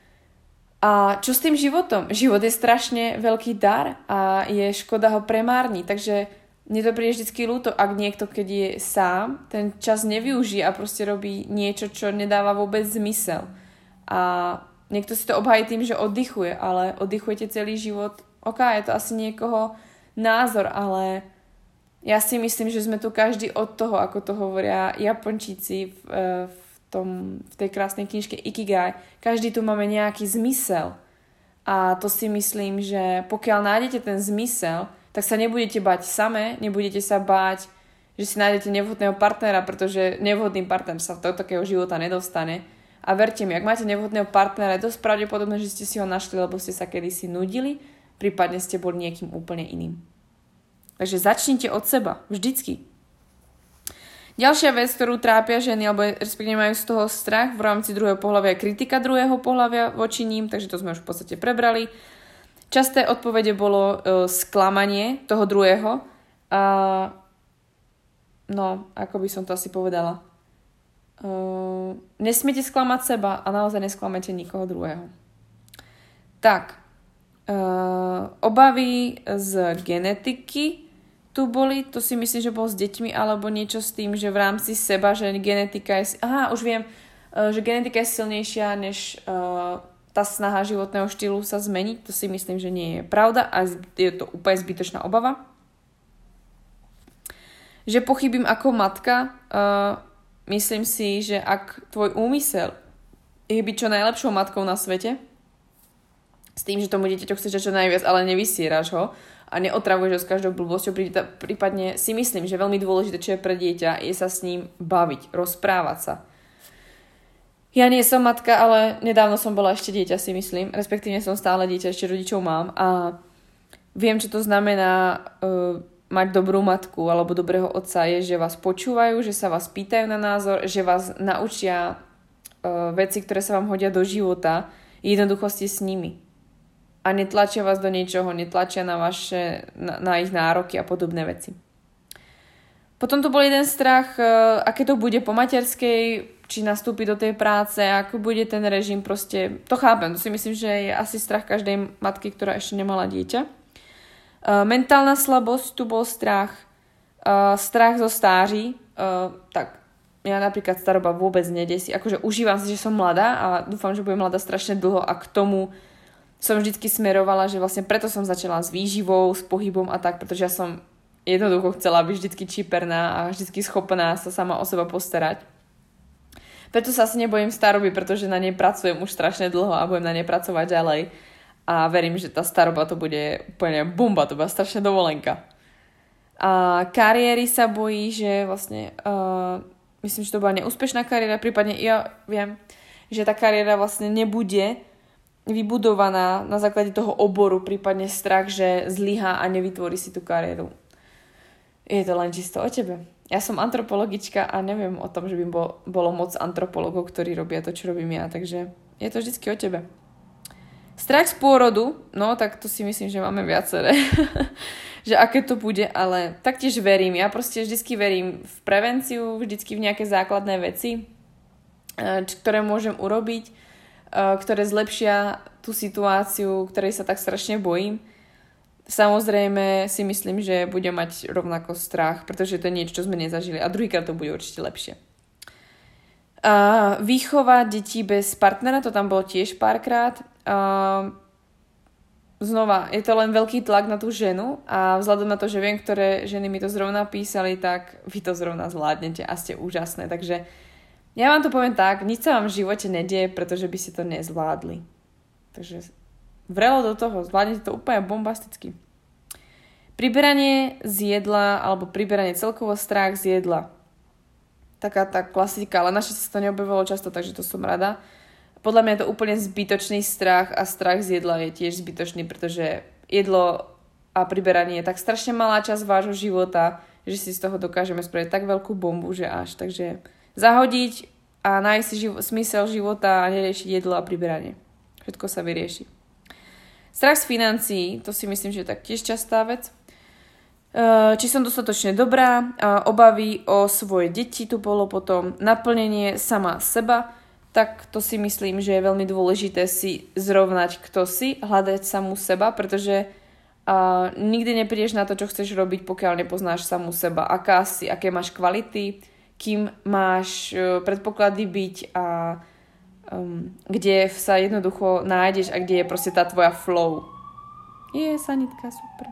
A čo s tým životom? Život je strašne veľký dar a je škoda ho premárniť, takže mne to príde vždycky ľúto, ak niekto, keď je sám, ten čas nevyužije a proste robí niečo, čo nedáva vôbec zmysel. A niekto si to obhájí tým, že oddychuje, ale oddychujete celý život. Ok, je to asi niekoho názor, ale ja si myslím, že sme tu každý od toho, ako to hovoria Japončíci v tej krásnej knižke Ikigai. Každý tu máme nejaký zmysel. A to si myslím, že pokiaľ nájdete ten zmysel, tak sa nebudete bať samé, nebudete sa báť, že si nájdete nevhodného partnera, pretože nevhodný partner sa do takého života nedostane. A verte mi, ak máte nevhodného partnera, je dosť pravdepodobné, že ste si ho našli, lebo ste sa kedysi nudili, prípadne ste boli niekým úplne iným. Takže začnite od seba, vždycky. Ďalšia vec, ktorú trápia ženy, alebo respektíve majú z toho strach v rámci druhého pohlavia, je kritika druhého pohlavia voči ním, takže to sme už v podstate prebrali. Časté odpovede bolo sklamanie toho druhého. Ako by som to asi povedala. Nesmiete sklamať seba a naozaj nesklamete nikoho druhého. Tak, obavy z genetiky tu boli, to si myslím, že bol s deťmi, alebo niečo s tým, že v rámci seba, že genetika je... Už viem, že genetika je silnejšia, než tá snaha životného štýlu sa zmeniť. To si myslím, že nie je pravda a je to úplne zbytočná obava. Že pochybím ako matka, myslím si, že ak tvoj úmysel je byť čo najlepšou matkou na svete, s tým, že tomu dieťaťu chceš čo najviac, ale nevysieraš ho, a neotravuješ ho s každou blbosťou, prípadne si myslím, že veľmi dôležité, čo je pre dieťa, je sa s ním baviť, rozprávať sa. Ja nie som matka, ale nedávno som bola ešte dieťa, si myslím, respektíve som stále dieťa, ešte rodičov mám a viem, čo to znamená mať dobrú matku alebo dobrého otca, je, že vás počúvajú, že sa vás pýtajú na názor, že vás naučia veci, ktoré sa vám hodia do života, jednoducho ste s nimi. A netlačia vás do niečoho, netlačia na ich nároky a podobné veci. Potom tu bol jeden strach, aké to bude po materskej, či nastúpi do tej práce, ako bude ten režim, proste to chápem. To si myslím, že je asi strach každej matky, ktorá ešte nemala dieťa. Mentálna slabosť, tu bol strach. Strach zo stáří, tak ja napríklad staroba vôbec nedesí. Akože užívam si, že som mladá a dúfam, že budem mladá strašne dlho a k tomu som vždycky smerovala, že vlastne preto som začala s výživou, s pohybom a tak, pretože ja som jednoducho chcela byť vždycky čiperná a vždycky schopná sa sama o seba postarať. Preto sa asi nebojím staroby, pretože na nej pracujem už strašne dlho a budem na nej pracovať ďalej. A verím, že tá staroba to bude úplne bomba, to bude strašne dovolenka. A kariéry sa bojí, že vlastne myslím, že to bola neúspešná kariéra, prípadne ja viem, že tá kariéra vlastne nebude vybudovaná na základe toho oboru, prípadne strach, že zlyhá a nevytvorí si tú kariéru. Je to len čisto o tebe. Ja som antropologička a neviem o tom, že by bolo moc antropologov, ktorí robia to, čo robím ja, takže je to vždycky o tebe. Strach z pôrodu, no tak to si myslím, že máme viaceré. Že aké to bude, ale taktiež verím. Ja proste vždycky verím v prevenciu, vždycky v nejaké základné veci, ktoré môžem urobiť, ktoré zlepšia tú situáciu, ktorej sa tak strašne bojím. Samozrejme si myslím, že budem mať rovnako strach, pretože to je niečo, čo sme nezažili a druhýkrát to bude určite lepšie. Výchova detí bez partnera, to tam bolo tiež párkrát. Znova, je to len veľký tlak na tú ženu a vzhľadom na to, že viem, ktoré ženy mi to zrovna písali, tak vy to zrovna zvládnete a ste úžasné. Takže ja vám to poviem tak, nič sa vám v živote nedieje, pretože by ste to nezvládli. Takže vrelo do toho, zvládnete to úplne bombasticky. Priberanie z jedla, alebo priberanie celkovo strach z jedla. Taká tá klasika, ale našťastie sa to neobjavilo často, takže to som rada. Podľa mňa je to úplne zbytočný strach a strach z jedla je tiež zbytočný, pretože jedlo a priberanie je tak strašne malá časť vášho života, že si z toho dokážeme spraviť tak veľkú bombu, že až. Takže zahodiť a nájsť si smysel života a neriešiť jedlo a priberanie. Všetko sa vyrieši. Strach z financií, to si myslím, že je taktiež častá vec. Či som dostatočne dobrá, obavy o svoje deti, tu bolo potom naplnenie sama seba, tak to si myslím, že je veľmi dôležité si zrovnať, kto si, hľadať samú seba, pretože nikdy neprídeš na to, čo chceš robiť, pokiaľ nepoznáš samú seba, aká si, aké máš kvality, kým máš predpoklady byť a kde sa jednoducho nájdeš a kde je proste tá tvoja flow. Sanitka, super.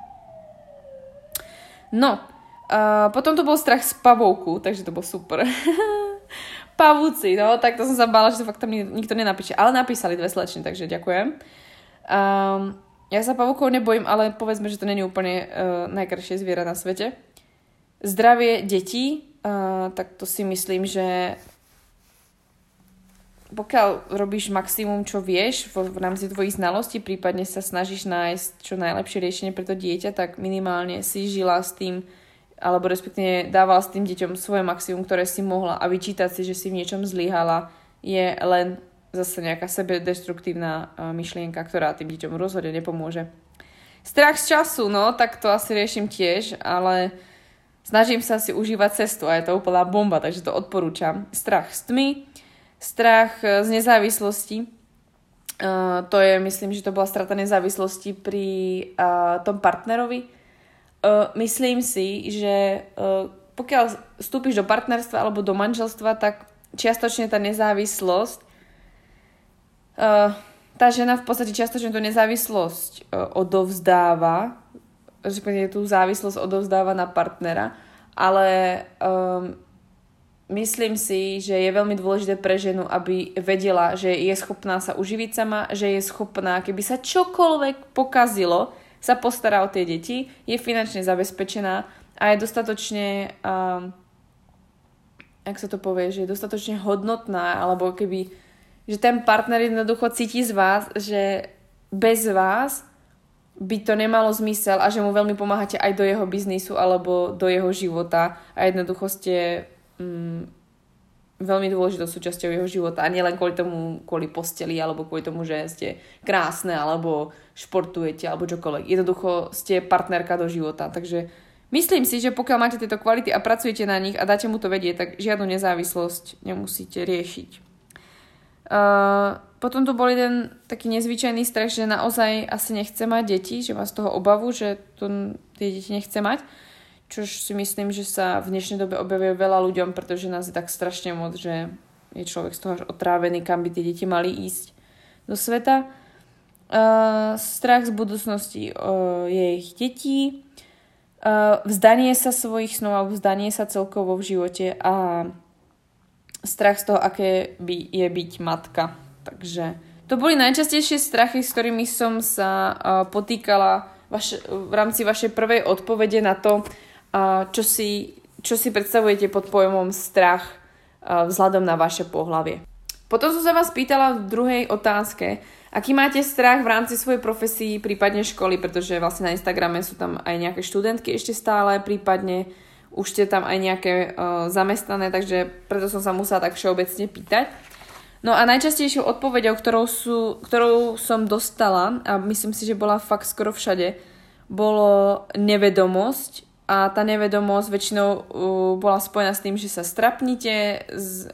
No, potom to bol strach z pavouku, takže to bol super. Pavúci, no, tak to som sa bála, že to fakt tam nikto nenapíše. Ale napísali 2 slečny, takže ďakujem. Ja sa pavúkov nebojím, ale povedzme, že to nie je úplne najkrajšie zviera na svete. Zdravie detí, tak to si myslím, že pokiaľ robíš maximum, čo vieš v rámci tvojich znalostí, prípadne sa snažíš nájsť čo najlepšie riešenie pre to dieťa, tak minimálne si žila s tým, alebo respektíve dávala s tým deťom svoje maximum, ktoré si mohla a vyčítať si, že si v niečom zlyhala, je len zase nejaká sebedestruktívna myšlienka, ktorá tým deťom rozhodne nepomôže. Strach z času, no, tak to asi riešim tiež, ale snažím sa si užívať cestu a je to úplná bomba, takže to odporúčam. Strach z tmy, strach z nezávislosti. To je, myslím, že to bola strata nezávislosti pri tom partnerovi. Myslím si, že pokiaľ vstúpiš do partnerstva alebo do manželstva, tak čiastočne tá nezávislosť, tá žena v podstate čiastočne tú nezávislosť odovzdáva, respektíve tú závislosť odovzdáva na partnera, ale myslím si, že je veľmi dôležité pre ženu, aby vedela, že je schopná sa uživiť sama, že je schopná, keby sa čokoľvek pokazilo, sa postará o tie deti, je finančne zabezpečená a je dostatočne, jak sa to povie, že je dostatočne hodnotná, alebo keby, že ten partner jednoducho cíti z vás, že bez vás by to nemalo zmysel a že mu veľmi pomáhate aj do jeho biznisu alebo do jeho života a jednoducho ste veľmi dôležitou súčasťou jeho života a nielen kvôli tomu, kvôli posteli alebo kvôli tomu, že ste krásne alebo športujete alebo čokoľvek. Jednoducho ste partnerka do života, takže myslím si, že pokiaľ máte tieto kvality a pracujete na nich a dáte mu to vedieť, tak žiadnu nezávislosť nemusíte riešiť. Potom tu bol jeden taký nezvyčajný strach, že naozaj asi nechce mať deti, že má z toho obavu, že tie deti nechce mať. Čož si myslím, že sa v dnešnej dobe objavuje veľa ľuďom, pretože nás je tak strašne moc, že je človek z toho až otrávený, kam by tie deti mali ísť do sveta. Strach z budúcnosti je ich detí, vzdanie sa svojich snov alebo vzdanie sa celkovo v živote a strach z toho, aké je byť matka. Takže to boli najčastejšie strachy, s ktorými som sa potýkala v rámci vašej prvej odpovede na to, čo si predstavujete pod pojmom strach vzhľadom na vaše pohlavie. Potom som sa vás pýtala v druhej otázke, aký máte strach v rámci svojej profesii, prípadne školy, pretože vlastne na Instagrame sú tam aj nejaké študentky ešte stále, prípadne už ste tam aj nejaké zamestnané, takže preto som sa musela tak všeobecne pýtať. No a najčastejšou odpoveďou, ktorou som dostala, a myslím si, že bola fakt skoro všade, bolo nevedomosť. A tá nevedomosť väčšinou bola spojená s tým, že sa strapnite,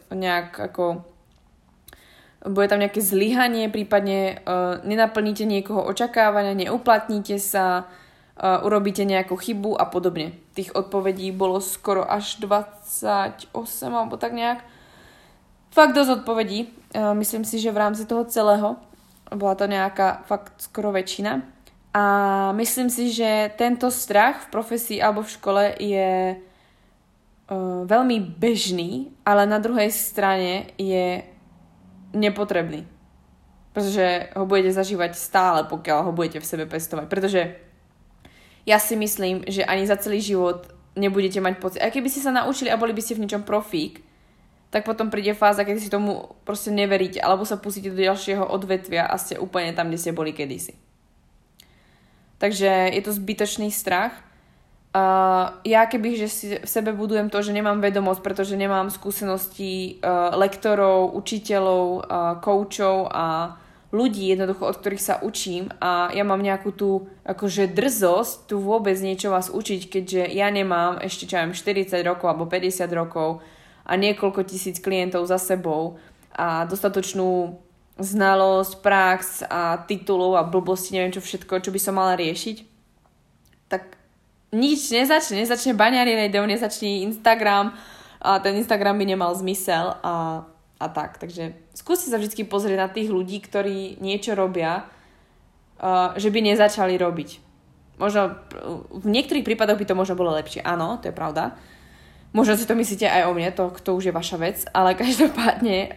bude tam nejaké zlyhanie, prípadne nenaplníte niekoho očakávania, neuplatníte sa, urobíte nejakú chybu a podobne. Tých odpovedí bolo skoro až 28 alebo tak nejak. Fakt dosť odpovedí. Myslím si, že v rámci toho celého bola to nejaká fakt skoro väčšina. A myslím si, že tento strach v profesii alebo v škole je veľmi bežný, ale na druhej strane je nepotrebný. Pretože ho budete zažívať stále, pokiaľ ho budete v sebe pestovať. Pretože ja si myslím, že ani za celý život nebudete mať pocit. A keby ste sa naučili a boli by ste v niečom profík, tak potom príde fáza, keď si tomu proste neveríte, alebo sa pustíte do ďalšieho odvetvia a ste úplne tam, kde ste boli kedysi. Takže je to zbytočný strach. Ja že si v sebe budujem to, že nemám vedomosť, pretože nemám skúsenosti lektorov, učiteľov, koučov a ľudí jednoducho, od ktorých sa učím a ja mám nejakú tú akože drzosť tu vôbec niečo vás učiť, keďže ja nemám ešte 40 rokov alebo 50 rokov a niekoľko tisíc klientov za sebou a dostatočnú znalosť, prax a titulov a blbosti, neviem čo všetko, čo by som mala riešiť, tak nič nezačne Baňári Radio, nezačne Instagram a ten Instagram by nemal zmysel a tak. Takže skúste sa vždy pozrieť na tých ľudí, ktorí niečo robia, že by nezačali robiť. Možno v niektorých prípadoch by to možno bolo lepšie. Áno, to je pravda. Možno si to myslíte aj o mne, to už je vaša vec, ale každopádne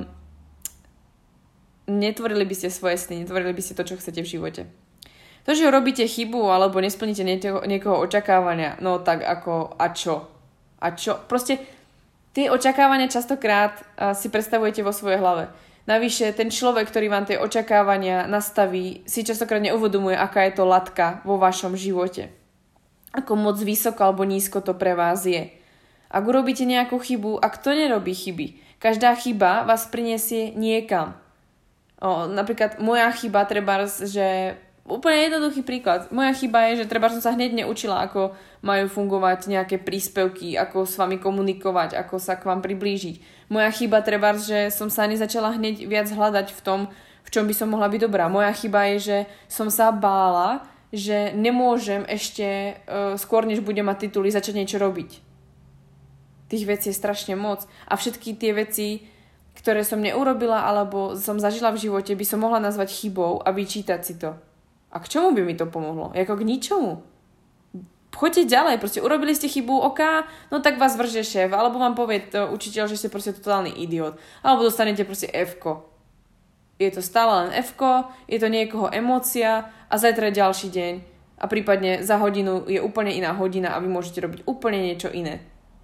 netvorili by ste svoje sny, netvorili by ste to, čo chcete v živote. To, že robíte chybu alebo nesplníte niekoho očakávania, no tak ako a čo? A čo? Proste tie očakávania častokrát si predstavujete vo svojej hlave. Navyše ten človek, ktorý vám tie očakávania nastaví, si častokrát neuvedomuje, aká je to latka vo vašom živote. Ako moc vysoko alebo nízko to pre vás je. Ak urobíte nejakú chybu, a kto nerobí chyby? Každá chyba vás prinesie niekam. Napríklad moja chyba, trebárs, že úplne jednoduchý príklad. Moja chyba je, že trebárs som sa hneď neučila, ako majú fungovať nejaké príspevky, ako s vami komunikovať, ako sa k vám priblížiť. Moja chyba trebárs, že som sa nezačala hneď viac hľadať v tom, v čom by som mohla byť dobrá. Moja chyba je, že som sa bála, že nemôžem ešte skôr, než budem mať tituly, začať niečo robiť. Tých vecí je strašne moc. A všetky tie veci, ktoré som neurobila alebo som zažila v živote, by som mohla nazvať chybou a vyčítať si to. A k čomu by mi to pomohlo? Jako k ničomu. Choďte ďalej, proste urobili ste chybu, no tak vás vrže šéf, alebo vám povie to učiteľ, že ste proste totálny idiot. Alebo dostanete proste F-ko. Je to stále len F-ko, je to niekoho emócia a zajtra je ďalší deň. A prípadne za hodinu je úplne iná hodina a vy môžete robiť úplne niečo iné.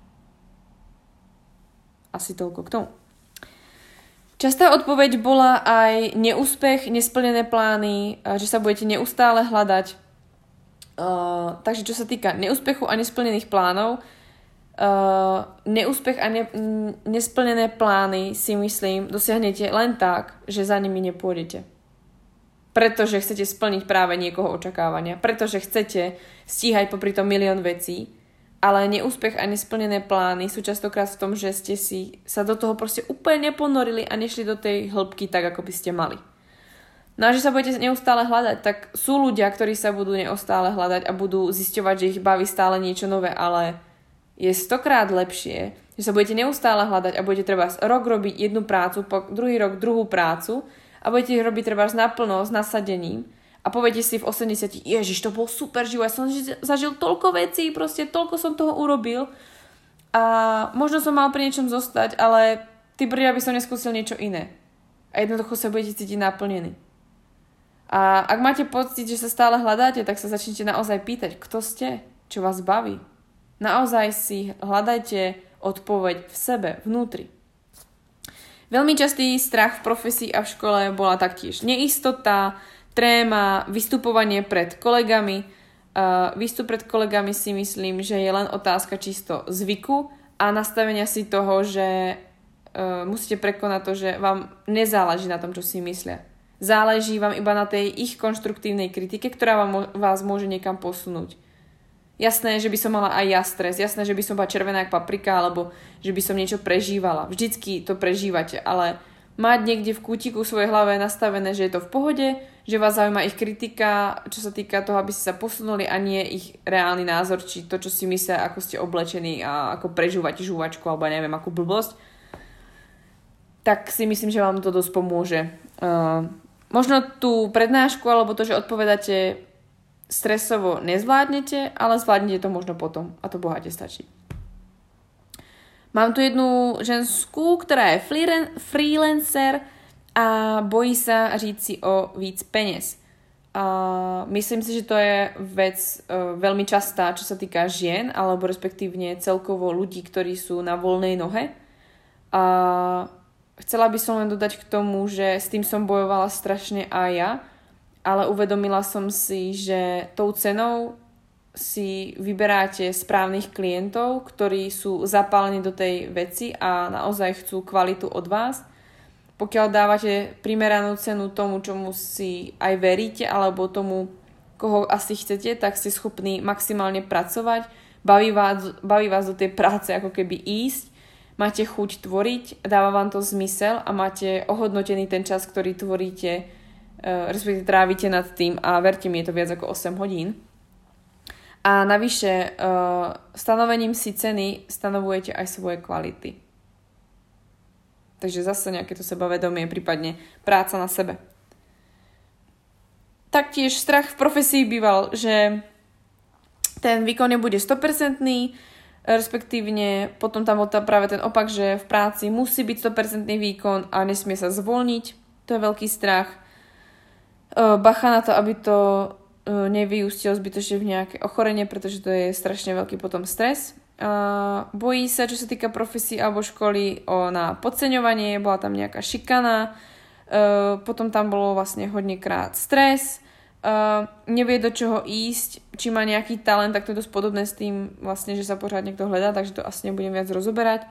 Asi toľko k tomu. Častá odpoveď bola aj neúspech, nesplnené plány, že sa budete neustále hľadať. Takže čo sa týka neúspechu a nesplnených plánov, neúspech a nesplnené plány si myslím dosiahnete len tak, že za nimi nepôjdete. Pretože chcete splniť práve niekoho očakávania, pretože chcete stíhať popri tom milión vecí. Ale neúspech a nesplnené plány sú častokrát v tom, že ste si sa do toho proste úplne neponorili a nešli do tej hĺbky tak, ako by ste mali. No a že sa budete neustále hľadať, tak sú ľudia, ktorí sa budú neustále hľadať a budú zisťovať, že ich baví stále niečo nové, ale je 100-krát lepšie, že sa budete neustále hľadať a budete treba rok robiť jednu prácu, po druhý rok druhú prácu a budete ich robiť treba naplno s nasadením. A poviete si v 80, Ježiš, to bol super život, ja som zažil toľko vecí, proste toľko som toho urobil a možno som mal pri niečom zostať, ale by som neskúsil niečo iné. A jednoducho sa budete cítiť naplnený. A ak máte pocit, že sa stále hľadáte, tak sa začnite naozaj pýtať, kto ste, čo vás baví. Naozaj si hľadajte odpoveď v sebe, vnútri. Veľmi častý strach v profesii a v škole bola taktiež neistota, tréma, vystupovanie pred kolegami. Výstup pred kolegami si myslím, že je len otázka čisto zvyku a nastavenia si toho, že musíte prekonať to, že vám nezáleží na tom, čo si myslia. Záleží vám iba na tej ich konštruktívnej kritike, ktorá vás môže niekam posunúť. Jasné, že by som mala aj ja stres, jasné, že by som bola červená jak paprika, alebo že by som niečo prežívala. Vždycky to prežívate, ale mať niekde v kútiku svojej hlave nastavené, že je to v pohode, že vás zaujíma ich kritika, čo sa týka toho, aby ste sa posunuli a nie ich reálny názor, či to, čo si myslia, ako ste oblečení a ako prežúvate žúvačku alebo neviem, akú blbosť. tak si myslím, že vám to dosť pomôže. Možno tú prednášku alebo to, že odpovedáte stresovo nezvládnete, ale zvládnete to možno potom a to bohate stačí. Mám tu jednu ženskú, ktorá je freelancer a bojí sa říct si o víc peněz. Myslím si, že to je vec veľmi častá, čo sa týka žien, alebo respektívne celkovo ľudí, ktorí sú na voľnej nohe. Chcela by som len dodať k tomu, že s tým som bojovala strašne aj ja, ale uvedomila som si, že tou cenou si vyberáte správnych klientov, ktorí sú zapálení do tej veci a naozaj chcú kvalitu od vás. Pokiaľ dávate primeranú cenu tomu, čomu si aj veríte, alebo tomu, koho asi chcete, tak ste schopní maximálne pracovať. Baví vás do tej práce ako keby ísť. Máte chuť tvoriť, dáva vám to zmysel a máte ohodnotený ten čas, ktorý tvoríte, respektíve trávite nad tým a verte mi, je to viac ako 8 hodín. A navyše, stanovením si ceny stanovujete aj svoje kvality. Takže zase nejaké to sebavedomie, prípadne práca na sebe. Taktiež strach v profesii býval, že ten výkon nebude 100%, respektívne potom tam bol práve ten opak, že v práci musí byť 100% výkon a nesmie sa zvolniť. To je veľký strach. Bacha na to, aby to nevyústilo zbytočne v nejaké ochorenie, pretože to je strašne veľký potom stres. Bojí sa, čo sa týka profesí alebo školy, na podceňovanie, bola tam nejaká šikana, potom tam bolo vlastne hodnekrát stres, nevie do čoho ísť, či má nejaký talent, tak to je dosť podobné s tým vlastne, že sa pořád niekto hľadá, takže to asi nebudem viac rozoberať.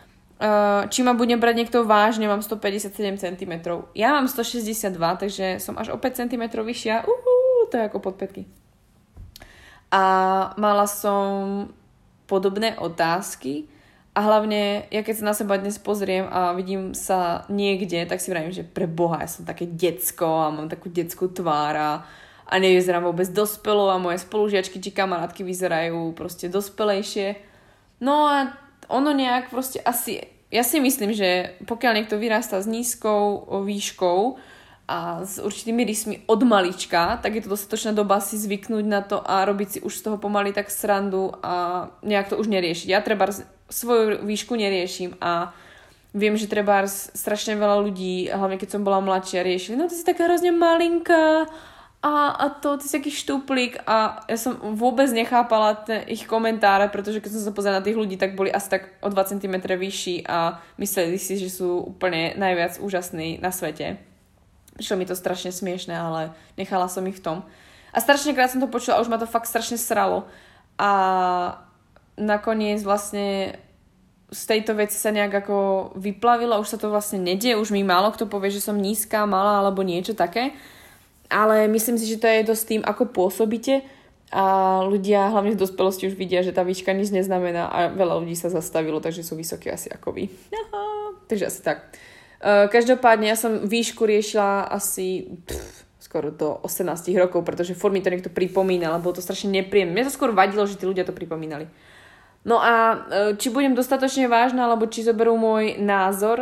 Či ma bude brať niekto vážne, mám 157 cm. Ja mám 162, takže som až o 5 cm vyššia. To je ako podpätky. A mala som podobné otázky a hlavne, ja keď sa na seba dnes pozriem a vidím sa niekde, tak si vravím, že pre Boha, ja som také decko a mám takú detskú tvár a nevyzerám vôbec dospelo a moje spolužiačky či kamarátky vyzerajú proste dospelejšie. No a ono nejak proste asi, ja si myslím, že pokiaľ niekto vyrastá s nízkou výškou a s určitými rysmi od malička, tak je to dostatočná doba si zvyknúť na to a robiť si už z toho pomaly tak srandu a nejak to už neriešiť. Ja treba svoju výšku neriešim a viem, že treba strašne veľa ľudí, hlavne keď som bola mladšia, riešili, no ty si taká hrozne malinká a to, ty si taký štúplík a ja som vôbec nechápala ich komentáre, pretože keď som sa pozerala na tých ľudí, tak boli asi tak o 2 cm vyšší a mysleli si, že sú úplne najviac úžasní na svete. Prišlo mi to strašne smiešné, ale nechala som ich v tom. A strašne krát som to počula a už ma to fakt strašne sralo. A nakoniec vlastne z tejto veci sa nejak ako vyplavilo, už sa to vlastne nedie, už mi málo kto povie, že som nízka, malá alebo niečo také. Ale myslím si, že to je dosť tým, ako pôsobíte a ľudia hlavne v dospelosti už vidia, že tá výška nič neznamená a veľa ľudí sa zastavilo, takže sú vysokí asi ako vy. Takže asi tak. Každopádne ja som výšku riešila asi skoro do 18 rokov, pretože furt mi to niekto pripomínal, bolo to strašne nepríjemné. Mne sa skôr vadilo, že tí ľudia to pripomínali. No a či budem dostatočne vážna, alebo či zoberú môj názor,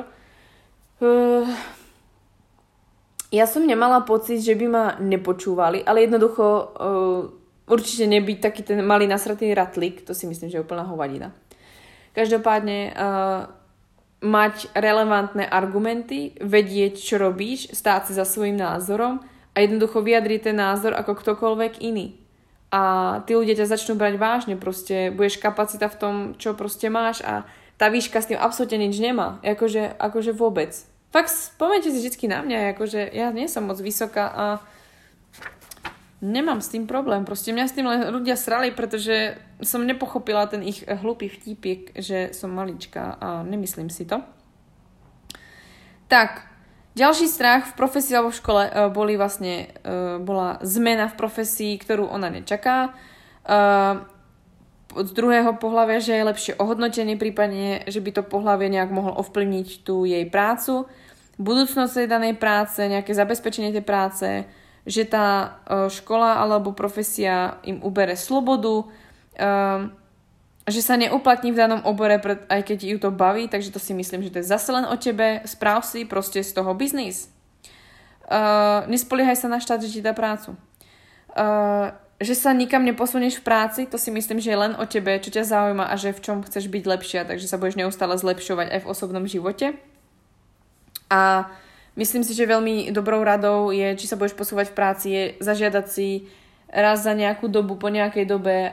ja som nemala pocit, že by ma nepočúvali, ale jednoducho určite nebyť taký ten malý nasratý ratlík, to si myslím, že je úplná hovadina. Každopádne mať relevantné argumenty, vedieť, čo robíš, stáť si za svojím názorom a jednoducho vyjadriť ten názor ako ktokoľvek iný. A tí ľudia ťa začnú brať vážne, proste budeš kapacita v tom, čo proste máš a tá výška s tým absolútne nič nemá. Akože vôbec. Fakt spomeňte si vždy na mňa, akože ja nie som moc vysoká a nemám s tým problém. Proste mňa s tým len ľudia srali, pretože som nepochopila ten ich hlupý vtípik, že som maličká a nemyslím si to. Tak, ďalší strach v profesii alebo v škole bola zmena v profesii, ktorú ona nečaká. Od druhého pohlavia, že je lepšie ohodnotený, prípadne, že by to pohlavie nejak mohlo ovplyvniť tú jej prácu. Budúcnosť tej danej práce, nejaké zabezpečenie tej práce, že tá škola alebo profesia im ubere slobodu, že sa neuplatní v danom obore, aj keď ju to baví, takže to si myslím, že to je zase len o tebe. Správ si proste z toho biznis. Nespoliehaj sa na štát, že ti dá prácu. Že sa nikam neposunieš v práci, to si myslím, že je len o tebe, čo ťa zaujíma a že v čom chceš byť lepšia, takže sa budeš neustále zlepšovať aj v osobnom živote. A myslím si, že veľmi dobrou radou je, či sa budeš posúvať v práci, je zažiadať si raz za nejakú dobu, po nejakej dobe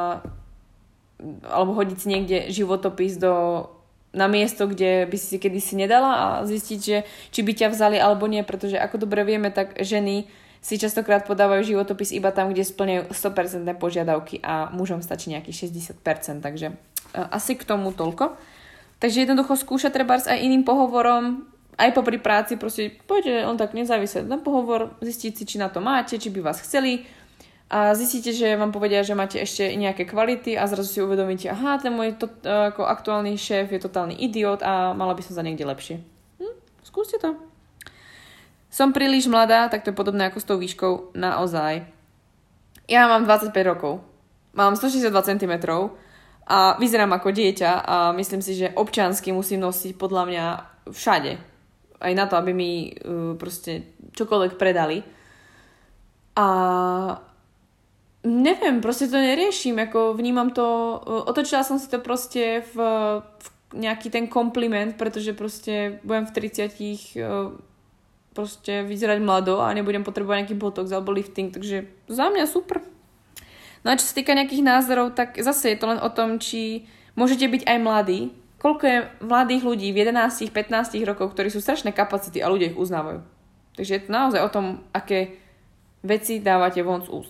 alebo hodiť si niekde životopis na miesto, kde by si kedysi nedala a zistiť, že či by ťa vzali alebo nie, pretože ako dobre vieme, tak ženy si častokrát podávajú životopis iba tam, kde splňajú 100% požiadavky a mužom stačí nejakých 60%, takže asi k tomu toľko. Takže jednoducho skúšať trebárs aj iným pohovorom, aj popri práci, proste poďte on tak nezávisle na pohovor, zistiť si, či na to máte, či by vás chceli, a zistíte, že vám povedia, že máte ešte nejaké kvality a zrazu si uvedomíte, aha, ten môj ako aktuálny šéf je totálny idiot a mala by som za niekde lepšie. Skúste to. Som príliš mladá, tak to je podobné ako s tou výškou, naozaj. Ja mám 25 rokov, mám 162 cm a vyzerám ako dieťa a myslím si, že občiansky musím nosiť podľa mňa všade. Aj na to, aby mi proste čokoľvek predali. A neviem, proste to neriešim, ako vnímam to, otočila som si to proste v nejaký ten kompliment, pretože proste budem v 30 proste vyzerať mlado a nebudem potrebovať nejaký botox alebo lifting, takže za mňa super. No a čo sa týka nejakých názorov, tak zase je to len o tom, či môžete byť aj mladí. Koľko je mladých ľudí v 11-15 rokoch, ktorí sú strašné kapacity a ľudia ich uznávajú. Takže je to naozaj o tom, aké veci dávate von z úst.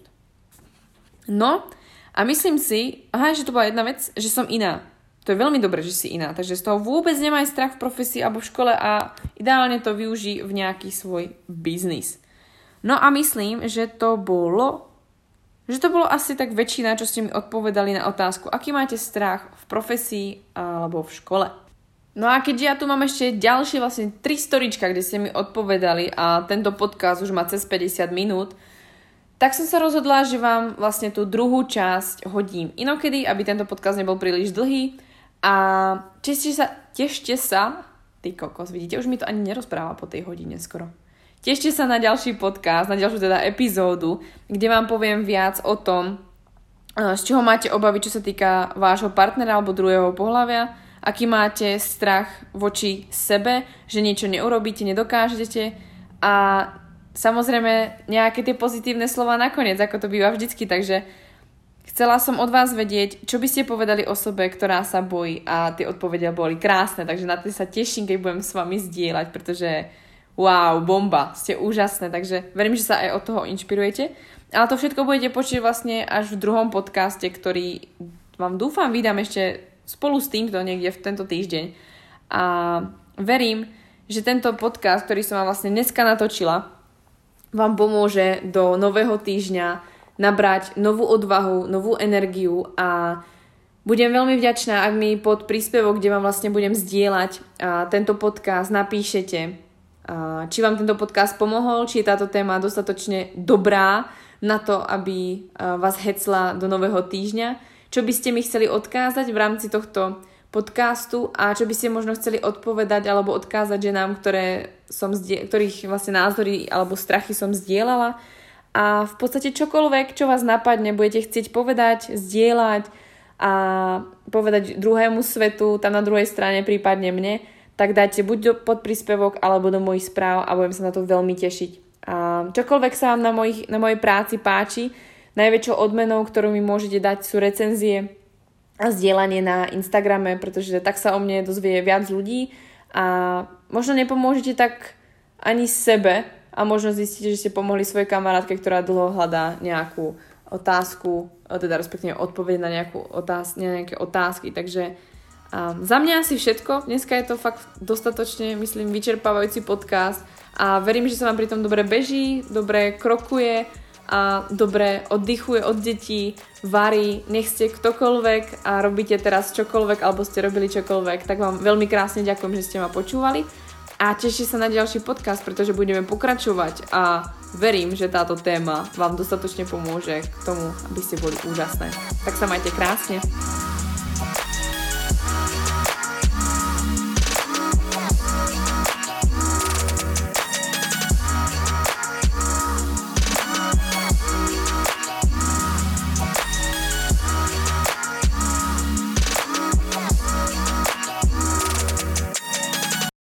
No a myslím si, že to bola jedna vec, že som iná. To je veľmi dobré, že si iná. Takže z toho vôbec nemaj strach v profesii alebo v škole a ideálne to využij v nejaký svoj biznis. No a myslím, že to bolo asi tak väčšina, čo ste mi odpovedali na otázku, aký máte strach v profesii alebo v škole. No a keďže ja tu mám ešte ďalšie vlastne 3 storička, kde ste mi odpovedali a tento podcast už má cez 50 minút, tak som sa rozhodla, že vám vlastne tú druhú časť hodím inokedy, aby tento podcast nebol príliš dlhý. A tešte sa, ty kokos, vidíte, už mi to ani nerozpráva po tej hodine skoro. Tešte sa na ďalší podcast, na ďalšiu teda epizódu, kde vám poviem viac o tom, z čoho máte obavy, čo sa týka vášho partnera alebo druhého pohlavia, aký máte strach voči sebe, že niečo neurobíte, nedokážete a samozrejme nejaké tie pozitívne slova nakoniec, ako to býva vždycky, takže chcela som od vás vedieť, čo by ste povedali osobe, ktorá sa bojí a tie odpovede boli krásne, takže na to sa teším, keď budem s vami zdieľať, pretože wow, bomba, ste úžasné, takže verím, že sa aj od toho inšpirujete. Ale to všetko budete počuť vlastne až v druhom podcaste, ktorý vám dúfam vydám ešte spolu s týmto niekde v tento týždeň. A verím, že tento podcast, ktorý som vám vlastne dneska natočila, vám pomôže do nového týždňa nabrať novú odvahu, novú energiu a budem veľmi vďačná, ak mi pod príspevok, kde vám vlastne budem zdieľať tento podcast, napíšete, či vám tento podcast pomohol, či je táto téma dostatočne dobrá na to, aby vás hecla do nového týždňa, čo by ste mi chceli odkázať v rámci tohto podcastu a čo by ste možno chceli odpovedať alebo odkázať ženám, ktorých vlastne názory alebo strachy som zdieľala. A v podstate čokoľvek, čo vás napadne, budete chcieť povedať, zdieľať a povedať druhému svetu, tam na druhej strane, prípadne mne, tak dajte buď pod príspevok alebo do mojich správ a budem sa na to veľmi tešiť. A čokoľvek sa vám na mojej práci páči, najväčšou odmenou, ktorú mi môžete dať, sú recenzie a zdieľanie na Instagrame, pretože tak sa o mne dozvie viac ľudí a možno nepomôžete tak ani sebe a možno zistíte, že ste pomohli svojej kamarátke, ktorá dlho hľadá nejakú otázku, teda respektíve odpoveď na nejaké otázky, takže za mňa asi všetko. Dneska je to fakt dostatočne, myslím, vyčerpávajúci podcast a verím, že sa vám pri tom dobre beží, dobre krokuje a dobre oddychuje od detí, varí, nech ste ktokoľvek a robíte teraz čokoľvek alebo ste robili čokoľvek, tak vám veľmi krásne ďakujem, že ste ma počúvali a tešite sa na ďalší podcast, pretože budeme pokračovať a verím, že táto téma vám dostatočne pomôže k tomu, aby ste boli úžasné. Tak sa majte krásne.